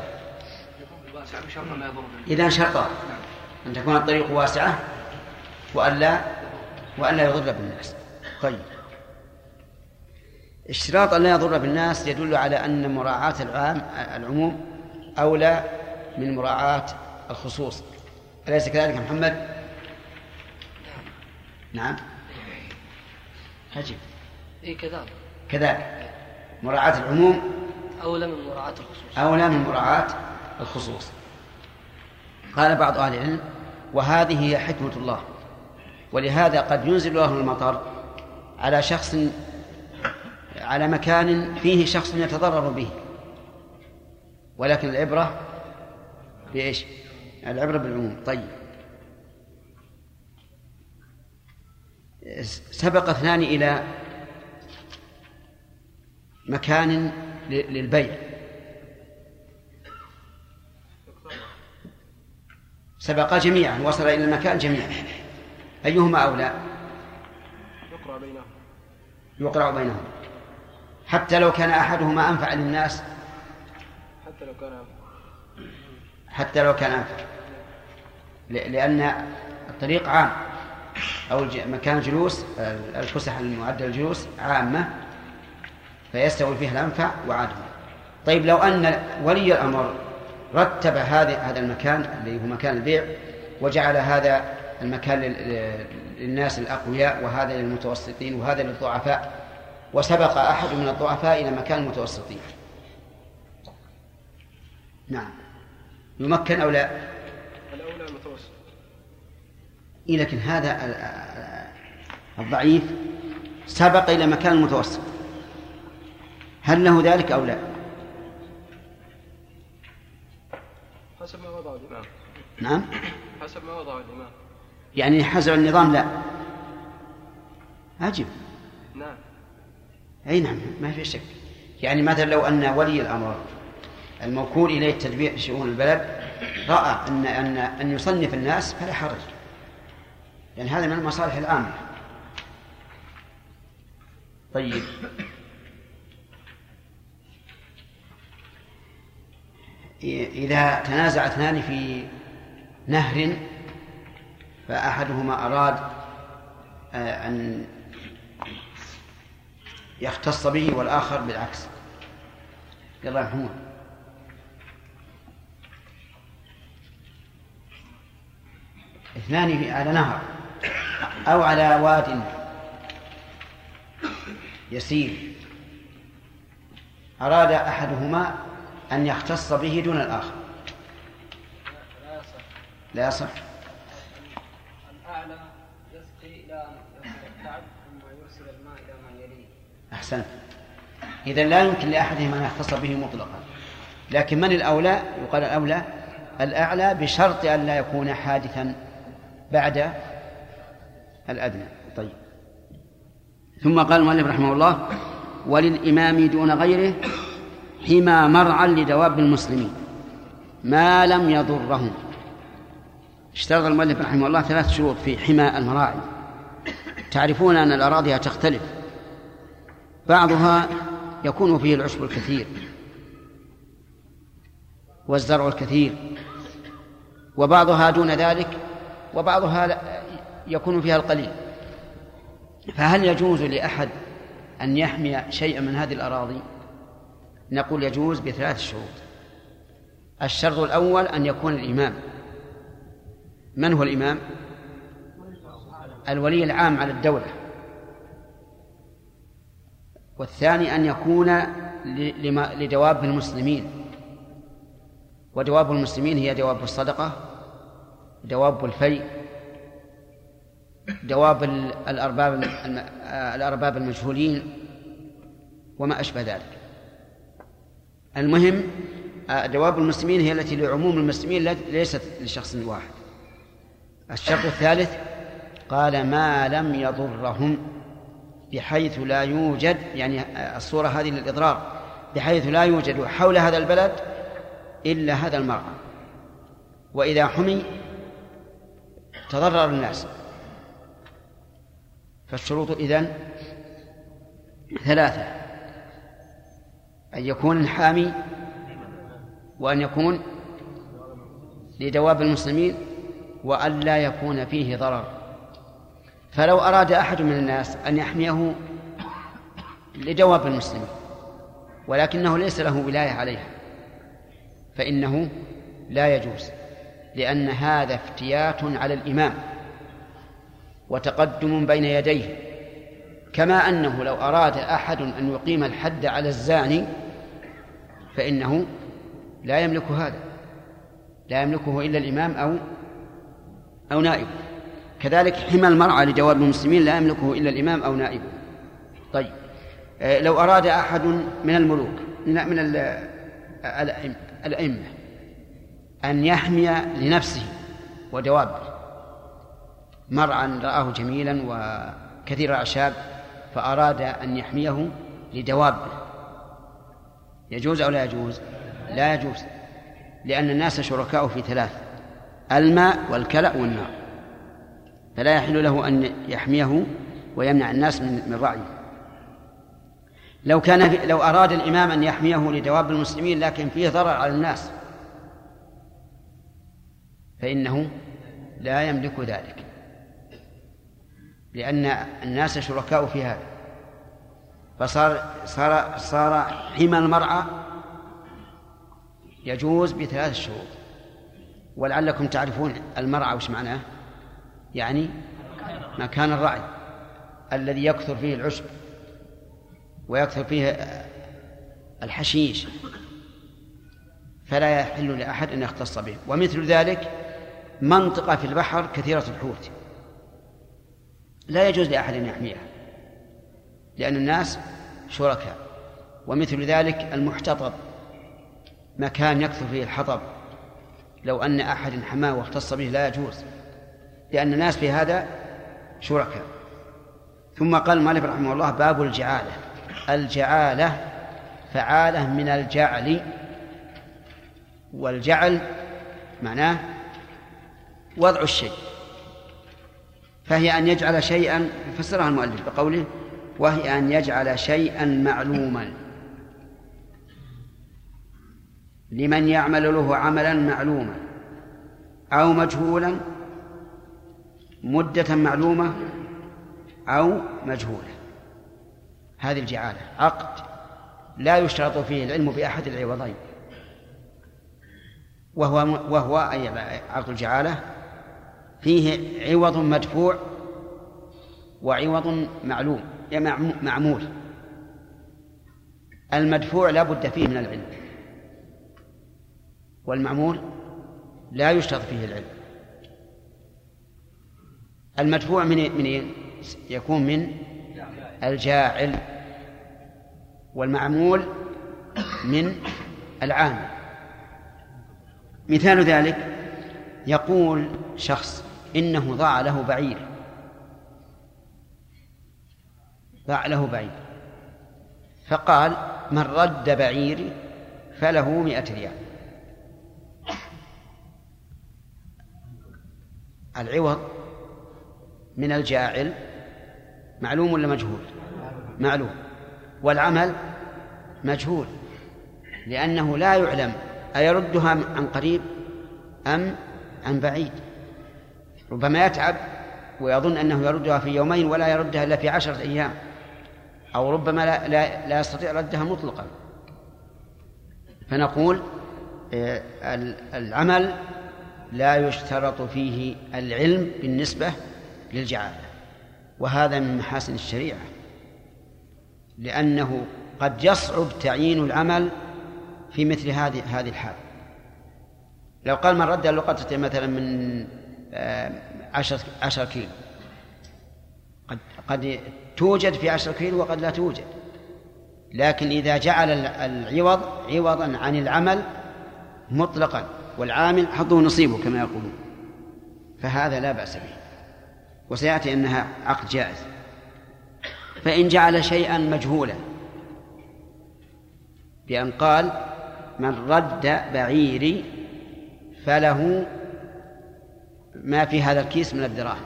S5: إذا شرطا أن تكون الطريق واسعة وأن لا وأن لا يضر بالناس. طيب. اشتراط أن لا يضر بالناس يدل على أن مراعاة العام العموم أولى من مراعاة الخصوص، أليس كذلك محمد؟ نعم. هجب.
S13: إيه كذلك.
S5: كذلك مراعاة العموم
S13: أولى من مراعاة الخصوص.
S5: أولى من مراعاة الخصوص. قال بعض أهل العلم: وهذه هي حكمة الله، ولهذا قد ينزل الله المطر على شخص على مكان فيه شخص يتضرر به، ولكن العبرة بإيش؟ العبرة بالعموم. طيب. سبق اثنان إلى مكان للبيع، سبقا جميعا، وصل إلى المكان جميعا، أيهما أولى؟
S10: يقرأ بينهم.
S5: يقرأ بينهم حتى لو كان أحدهما أنفع للناس.
S10: حتى لو كان أنفع.
S5: حتى لو كان أنفع، لأن الطريق عام أو مكان جلوس الفسح المعدل الجلوس عامة فيستوي فيها الأنفع وعادهم. طيب لو أن ولي الأمر رتب هذا هذا المكان اللي هو مكان البيع وجعل هذا المكان للناس الأقوياء وهذا للمتوسطين وهذا للضعفاء، وسبق أحد من الضعفاء إلى مكان المتوسطين، نعم، يمكن أو لا؟
S10: الأولى المتوسط.
S5: إيه لكن هذا الضعيف سبق إلى مكان المتوسط، هل له ذلك أو لا؟
S12: حسب ما وضع الإمام.
S5: نعم
S12: حسب ما وضع الإمام،
S5: يعني حسب النظام لا. عجب.
S12: نعم.
S5: أي نعم ما في شك. يعني مثلا لو أن ولي الأمر الموكول إليه تدبير شؤون البلد رأى أن أن أن يصنف الناس فلا حرج، لأن هذا من المصالح العامة. طيب إذا تنازع اثنان في نهر فأحدهما أراد أن يختص به والآخر بالعكس، يلا يا محمود. اثنان على نهر أو على واد يسير، أراد أحدهما أن يختص به دون الآخر، لا يصح.
S14: الأعلى يسقي إلى أن يصل الكعب ثم يرسل الماء إلى من يليه.
S5: أحسنت. إذا لا يمكن لأحدهما أن يختص به مطلقا، لكن من الأولى؟ يقال الأولى الأعلى بشرط أن لا يكون حادثا بعد الأدنى. طيب. ثم قال المؤلف رحمه الله: وللإمام دون غيره حمى مرعى لدواب المسلمين ما لم يضرهم. اشترط المؤلف رحمه الله ثلاث شروط في حمى المراعي. تعرفون أن الأراضي تختلف، بعضها يكون فيه العشب الكثير والزرع الكثير، وبعضها دون ذلك، وبعضها يكون فيها القليل. فهل يجوز لأحد أن يحمي شيئا من هذه الأراضي؟ نقول يجوز بثلاث شروط. الشرط الأول أن يكون الإمام. من هو الإمام؟ الولي العام على الدولة. والثاني أن يكون لدواب المسلمين، ودواب المسلمين هي دواب الصدقة، دواب الفيء، دواب الأرباب الأرباب المجهولين وما أشبه ذلك. المهم دواب المسلمين هي التي لعموم المسلمين ليست لشخص واحد. الشرط الثالث قال ما لم يضرهم، بحيث لا يوجد، يعني الصورة هذه للإضرار، بحيث لا يوجد حول هذا البلد إلا هذا المرعى، وإذا حمي تضرر الناس. فالشروط إذن ثلاثة: أن يكون الحامي، وأن يكون لدواب المسلمين، وأن لا يكون فيه ضرر. فلو أراد أحد من الناس أن يحميه لدواب المسلمين ولكنه ليس له ولاية عليها فإنه لا يجوز، لأن هذا افتيات على الإمام وتقدم بين يديه، كما أنه لو أراد أحد أن يقيم الحد على الزاني فإنه لا يملك هذا، لا يملكه إلا الإمام أو أو نائبه. كذلك حمى المرعى لدواب المسلمين لا يملكه إلا الإمام أو نائبه. طيب، لو أراد أحد من الملوك من الأئمة أن يحمي لنفسه ودوابه مرعى رآه جميلا وكثير الأعشاب فأراد أن يحميه لدوابه، يجوز أو لا يجوز؟ لا يجوز، لأن الناس شركاء في ثلاث: الماء والكلأ والنار، فلا يحل له أن يحميه ويمنع الناس من رعيه. لو كان لو أراد الإمام أن يحميه لدواب المسلمين لكن فيه ضرر على الناس فإنه لا يملك ذلك، لأن الناس شركاء في هذا. فصار صار صار حمى المرعى يجوز بثلاث شروط. ولعلكم تعرفون المرعى وش معناه؟ يعني مكان الرعي الذي يكثر فيه العشب ويكثر فيه الحشيش، فلا يحل لأحد أن يختص به. ومثل ذلك منطقة في البحر كثيرة الحوت لا يجوز لأحد أن يحميها، لأن الناس شركاء. ومثل ذلك المحتطب، مكان يكثر فيه الحطب، لو أن أحد حماه واختص به لا يجوز، لأن الناس في هذا شركاء. ثم قال المؤلف رحمه الله: باب الجعالة. الجعالة فعالة من الجعل، والجعل معناه وضع الشيء، فهي أن يجعل شيئا، فسرها المؤلف بقوله: وهي أن يجعل شيئا معلوما لمن يعمل له عملا معلوما أو مجهولا مدة معلومة أو مجهولة. هذه الجعالة عقد لا يشترط فيه العلم بأحد العوضين، وهو وهو أي عقد الجعالة فيه عوض مدفوع وعوض معلوم معمول. المدفوع لا بد فيه من العلم، والمعمول لا يشترط فيه العلم. المدفوع من من يكون من الجاعل، والمعمول من العامل. مثال ذلك: يقول شخص إنه ضاع له بعير، ضاع له بعير، فقال: من رد بعيري فله مئة ريال. العوض من الجاعل معلوم ولا مجهول؟ معلوم. والعمل مجهول، لأنه لا يعلم أيردها عن قريب أم عن بعيد. ربما يتعب ويظن أنه يردها في يومين ولا يردها إلا في عشرة أيام، أو ربما لا, لا, لا يستطيع ردها مطلقا. فنقول العمل لا يشترط فيه العلم بالنسبة للجعالة، وهذا من محاسن الشريعة، لأنه قد يصعب تعيين العمل في مثل هذه هذه الحال. لو قال من رد اللقطة مثلا من عشر عشر كيلو، قد قد توجد في عشر كيلو وقد لا توجد، لكن إذا جعل العوض عوضا عن العمل مطلقا والعامل حظه نصيبه كما يقولون، فهذا لا بأس به، وسيأتي أنها عقد جائز. فإن جعل شيئا مجهولا بأن قال: من رد بعيري فله ما في هذا الكيس من الدراهم،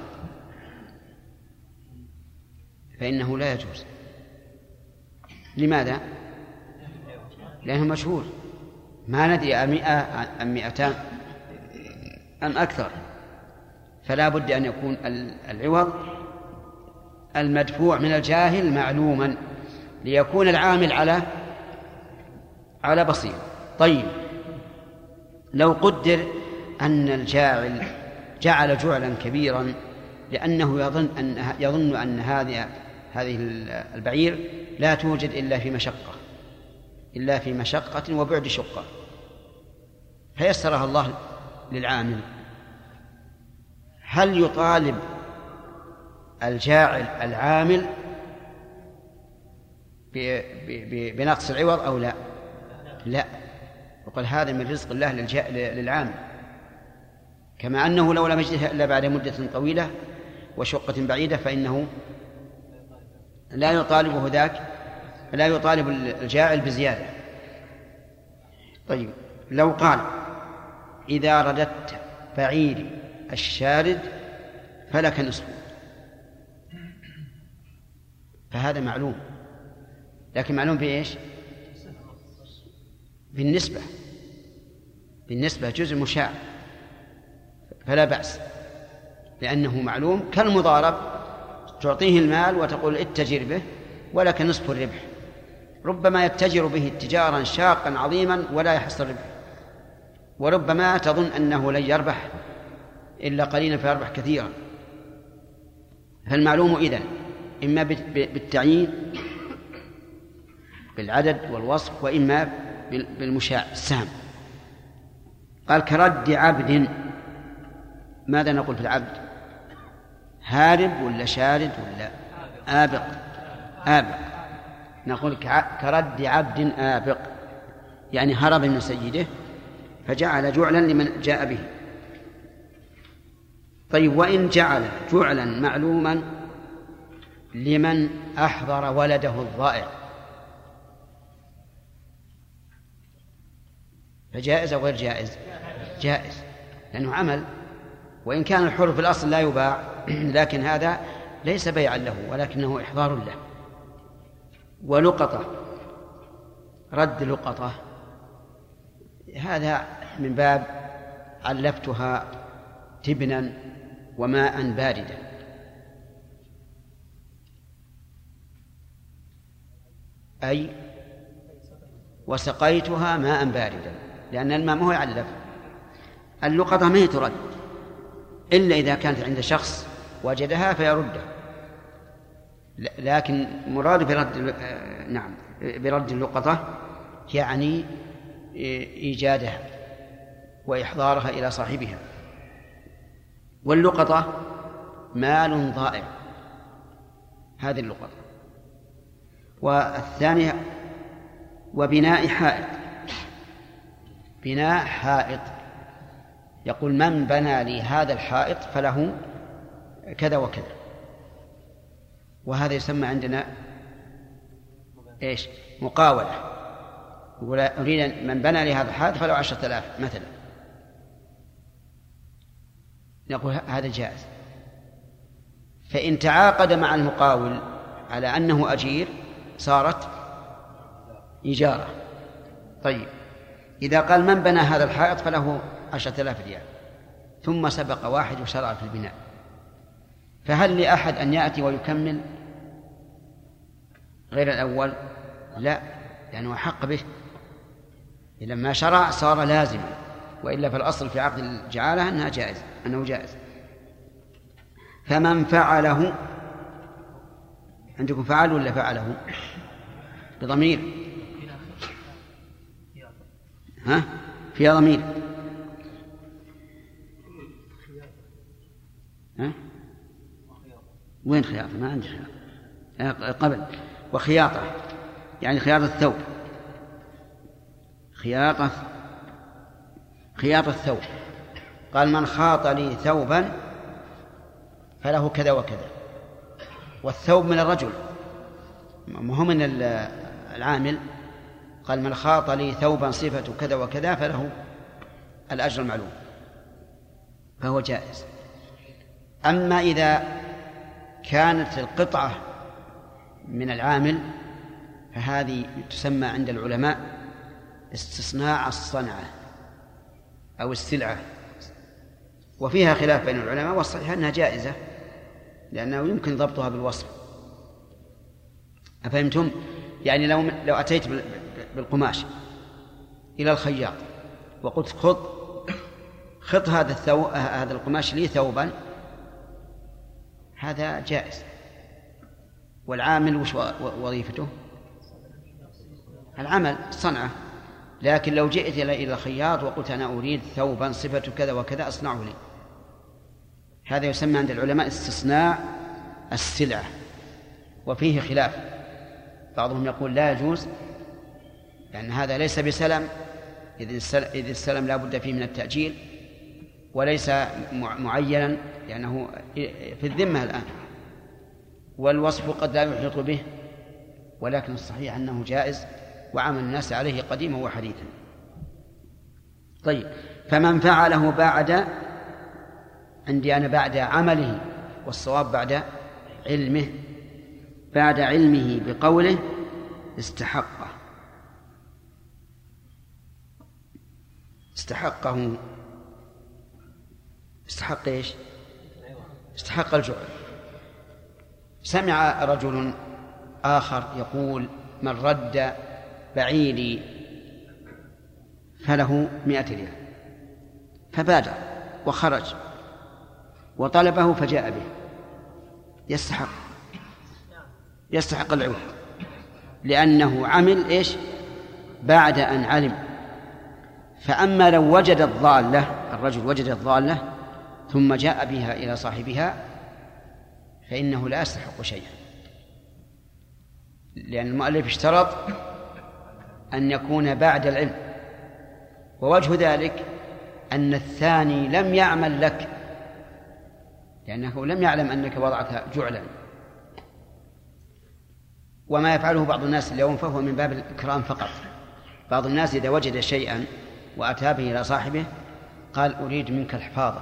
S5: فإنه لا يجوز. لماذا؟ لأنه مشهور، ما ندري أمئة أم مئتان أم أكثر، فلا بد أن يكون العوض المدفوع من الجاهل معلوما ليكون العامل على على بصير. طيب، لو قدر أن الجاعل جعل جعلا كبيرا لأنه يظن أن يظن أن هذه هذه البعير لا توجد إلا في مشقة إلا في مشقة وبعد شقة، فيسرها الله للعامل، هل يطالب الجاعل العامل بنقص العوض أو لا؟ لا، وقال هذا من رزق الله للعامل، كما أنه لو لم يجده إلا بعد مدة طويلة وشقة بعيدة فإنه لا يطالبه ذاك لا يطالب الجاعل بزيادة. طيب، لو قال: إذا رددت بعيري الشارد فلك نصف، فهذا معلوم، لكن معلوم بإيش؟ بالنسبة بالنسبة جزء مشاع، فلا بأس، لأنه معلوم كالمضارب، تعطيه المال وتقول اتجر به ولك نصف الربح، ربما يتجر به اتجارا شاقا عظيما ولا يحصل ربح، وربما تظن أنه لن يربح إلا قليلا فيربح كثيرا. فالمعلوم إذن إما بالتعيين بالعدد والوصف، وإما بالمشاع السهم. قال: كرد عبد. ماذا نقول في العبد؟ هارب ولا شارد ولا آبق؟ آبق. نقول كرد عبد آبق، يعني هرب من سيده فجعل جعلا لمن جاء به. طيب وإن جعل جعلا معلوما لمن أحضر ولده الضائع فجائز أو غير جائز؟ جائز، لأنه عمل، وإن كان الحر في الأصل لا يباع لكن هذا ليس بيعا له ولكنه إحضار له. ولقطة، رد لقطة، هذا من باب علفتها تبنا وماء باردا، أي وسقيتها ماء باردا، لأن الماء ما هو يعلف. اللقطة ما هي ترد إلا إذا كانت عند شخص وجدها فيردها، لكن مراد برد نعم برد اللقطة يعني إيجادها وإحضارها إلى صاحبها. واللقطة مال ضائع، هذه اللقطة. والثانية وبناء حائط، بناء حائط، يقول من بنى لي هذا الحائط فله كذا وكذا، وهذا يسمى عندنا إيش؟ مقاولة. يقول أريد من بنى لي هذا الحائط فله عشرة آلاف مثلا، نقول هذا جائز. فإن تعاقد مع المقاول على أنه أجير صارت إجارة. طيب إذا قال من بنى هذا الحائط فله عشرة آلاف ريال، ثم سبق واحد وشرع في البناء، فهل لأحد أن يأتي ويكمل غير الأول؟ لا، لأنه حق به، إذا ما شرع صار لازما، وإلا فالأصل في عقد الجعالة أنها جائز، أنه جائز. فمن فعله، عندكم فعل ولا فعله بضمير؟ ها فيها ضمير. ها وين خياطة؟ ما عندي خياطة قبل. وخياطة يعني خياطة الثوب، خياطة خياطة الثوب. قال من خاط لي ثوبا فله كذا وكذا، والثوب من الرجل ما هو من العامل. قال من خاط لي ثوبا صفة كذا وكذا فله الأجر المعلوم، فهو جائز. أما إذا كانت القطعة من العامل فهذه تسمى عند العلماء استصناع الصنعة أو السلعة، وفيها خلاف بين العلماء، والصحيح أنها جائزة لأنه يمكن ضبطها بالوصف. أفهمتم؟ يعني لو لو أتيت بالقماش إلى الخياط وقلت خذ خط هذا الثوب هذا القماش لي ثوبا، هذا جائز. والعامل وش وظيفته؟ العمل، الصنعة. لكن لو جئت إلى الخياط وقلت أنا أريد ثوبا صفة كذا وكذا أصنعه لي، هذا يسمى عند العلماء استصناع السلعة، وفيه خلاف. بعضهم يقول لا يجوز لأن هذا ليس بسلم، إذ السلم لا بد فيه من التأجيل، وليس معينا لأنه في الذمة الآن، والوصف قد لا يحيط به. ولكن الصحيح أنه جائز وعمل الناس عليه قديما وحديثا. طيب فمن فعله بعد، عندي أنا بعد عمله، والصواب بعد علمه، بعد علمه بقوله استحقه، استحقه استحق إيش؟ استحق الجوع. سمع رجل آخر يقول من رد بعيري فله مئة ريال، فبادر وخرج وطلبه فجاء به، يستحق يستحق العوض، لأنه عمل إيش؟ بعد أن علم. فأما لو وجد الضالة، الرجل وجد الضالة ثم جاء بها إلى صاحبها فإنه لا يستحق شيئا. لأن المؤلف اشترط أن يكون بعد العلم، ووجه ذلك أن الثاني لم يعمل لك، لأنه لم يعلم أنك وضعتها جعلا. وما يفعله بعض الناس اليوم فهو من باب الإكرام فقط. بعض الناس إذا وجد شيئا وأتى به إلى صاحبه قال أريد منك الحفاظة،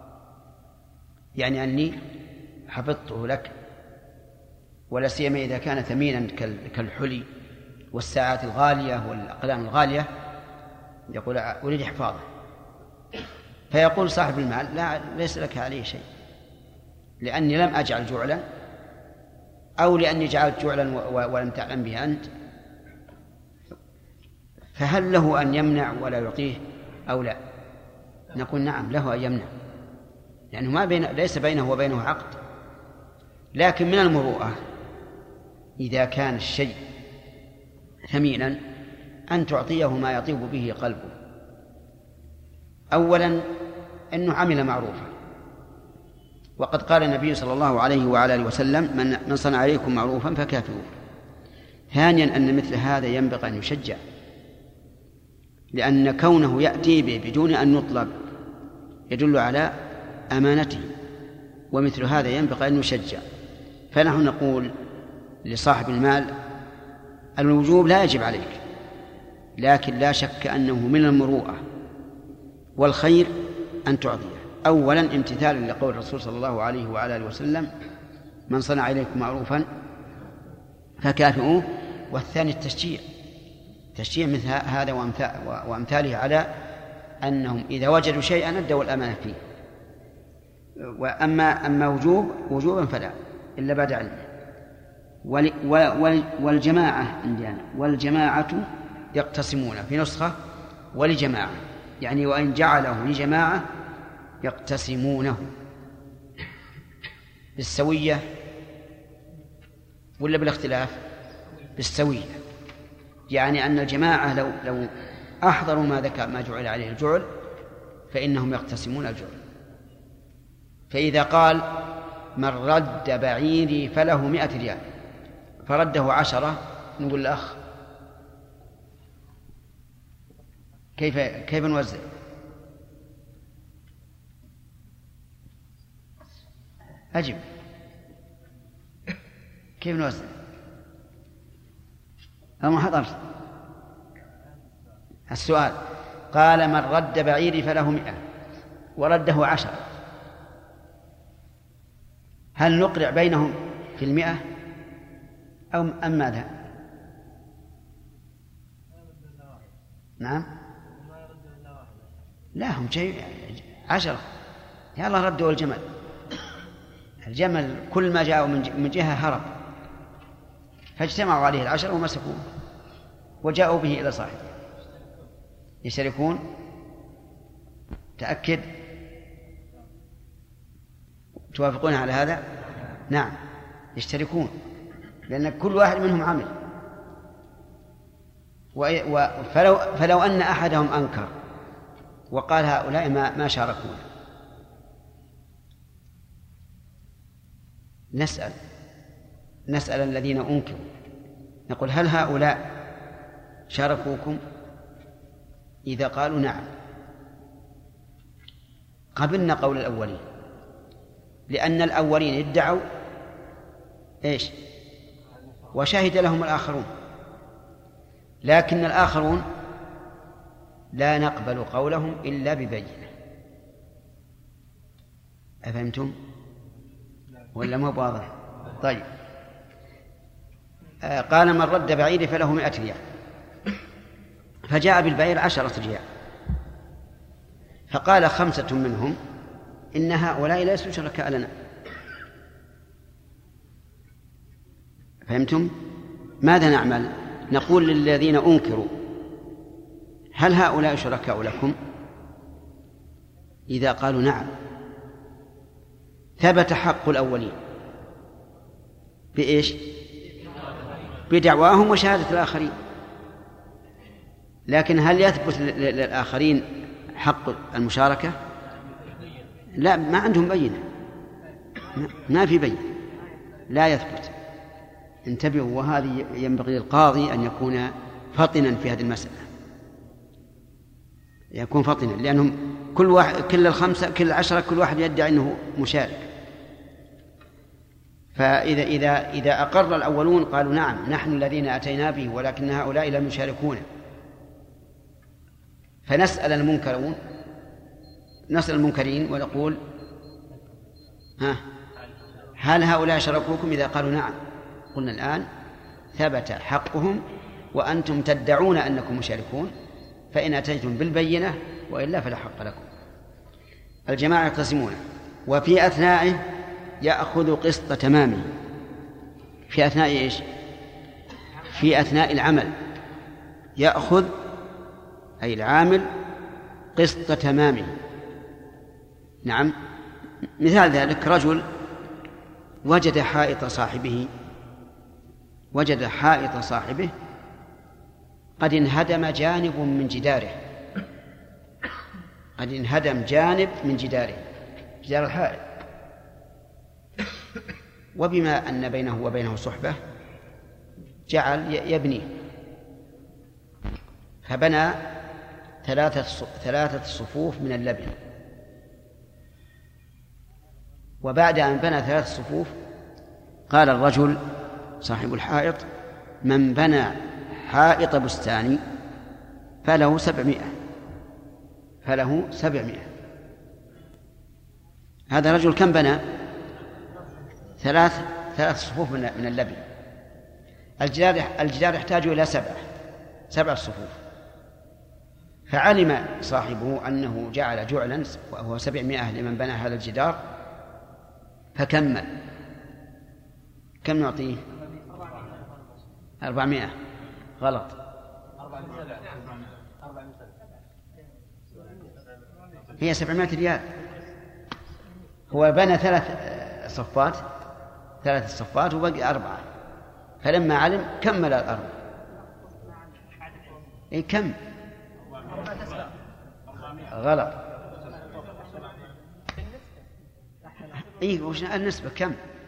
S5: يعني أني حفظته لك، ولا سيما إذا كان ثمينا كالحلي والساعات الغالية والأقلام الغالية، يقول أريد حفاظة، فيقول صاحب المال لا ليس لك عليه شيء، لأني لم أجعل جعلا، أو لأني جعلت جعلا ولم تعلم به أنت، فهل له أن يمنع ولا يعطيه أو لا؟ نقول نعم له أن يمنع، لأنه ما بين ليس بينه وبينه عقد. لكن من المروءة إذا كان الشيء ثمينا أن تعطيه ما يطيب به قلبه. أولا أنه عمل معروفا، وقد قال النبي صلى الله عليه وعلى آله وسلم من, من صنع عليكم معروفا فكافئوه. ثانيا أن مثل هذا ينبغي أن يشجع، لأن كونه يأتي به بدون أن يطلب يدل على أمانته، ومثل هذا ينبغي أن يشجع. فنحن نقول لصاحب المال الوجوب لا يجب عليك، لكن لا شك أنه من المروءة والخير أن تعطيه. أولا امتثالا لقول الرسول صلى الله عليه وعلى آله وسلم من صنع إليكم معروفا فكافئوه. والثاني التشجيع، تشجيع مثل هذا وأمثاله على أنهم إذا وجدوا شيئا أدوا الأمانة فيه. وأما أما وجوب وجوبا فلا إلا بعد علم. والجماعة عندنا والجماعة يقتسمون في نسخة ولجماعة، يعني وإن جعله لجماعة يقتسمونه بالسوية ولا بالاختلاف؟ بالسوية، يعني أن الجماعة لو لو أحضروا ما ذكر ما جعل عليه الجعل فإنهم يقتسمون الجعل. فإذا قال من رد بعيري فله مئة ريال فرده عشرة، نقول الأخ كيف كيف نوزع؟ أجب كيف نوزع؟ أنا ما حضرت السؤال. قال من رد بعيري فله مئة ورده عشرة، هل نقرع بينهم في المئة أو أم ماذا؟ نعم لا هم شيء عشرة، يا الله ردوا الجمل. الجمل كل ما جاءوا من جهة هرب، فاجتمعوا عليه العشرة ومسكوه وجاءوا به إلى صاحبه. يشتركون؟ تأكد توافقون على هذا؟ نعم يشتركون، لأن كل واحد منهم عمل. فلو, فلو أن أحدهم أنكر وقال هؤلاء ما, ما شاركون، نسأل نسأل الذين أنكروا نقول هل هؤلاء شاركوكم؟ إذا قالوا نعم قبلنا قول الأولين، لأن الأولين ادعوا إيش وشهد لهم الآخرون، لكن الآخرون لا نقبل قولهم إلا ببينة. أفهمتم ولا ما واضح؟ طيب آه قال من رد بعيري فله مئة ريال، فجاء بالبعير عشرة ريال، فقال خمسة منهم إن هؤلاء ليسوا شركاء لنا. فهمتم؟ ماذا نعمل؟ نقول للذين أنكروا هل هؤلاء شركاء لكم؟ إذا قالوا نعم ثبت حق الأولين بإيش؟ بدعواهم وشهادة الآخرين. لكن هل يثبت للآخرين حق المشاركة؟ لا، ما عندهم بينة، ما في بينة، لا يثبت. انتبهوا، وهذه ينبغي للقاضي أن يكون فطنا في هذه المسألة، يكون فطنا، لأنهم كل واحد كل الخمسة كل العشرة كل واحد يدعي أنه مشارك. فإذا إذا إذا أقر الأولون قالوا نعم نحن الذين أتينا به ولكن هؤلاء لم يشاركون، فنسأل المنكرون نسأل المنكرين ونقول ها هل هؤلاء شاركوكم؟ إذا قالوا نعم قلنا الآن ثبت حقهم وأنتم تدعون أنكم مشاركون، فإن أتيتم بالبينة وإلا فلا حق لكم. الجماعة يقتسمون، وفي أثنائه يأخذ قسط تمامه. في أثناء إيش؟ في أثناء العمل يأخذ أي العامل قسط تمامه. نعم، مثال ذلك رجل وجد حائط صاحبه وجد حائط صاحبه قد انهدم جانب من جداره قد انهدم جانب من جداره جدار الحائط، وبما أن بينه وبينه صحبة جعل يبني، فبنى ثلاثة ثلاثة صفوف من اللبن. وبعد أن بنى ثلاث صفوف قال الرجل صاحب الحائط من بنى حائط بستاني فله سبعمائة فله سبعمائة هذا رجل كم بنى؟ ثلاث ثلاث صفوف من اللبن. الجدار الجدار يحتاج إلى سبعة سبع صفوف، فعلم صاحبه أنه جعل جعلا وهو سبعمائة لمن بنى هذا الجدار فكمل. كم نعطيه؟ أربعمائة. غلط، هي سبعمائة ريال. هو بنى ثلاث صفات ثلاث صفات وبقي أربعة، فلما علم كمل الأربعة. إيه كم؟ غلط. إيه وش النسبة كم؟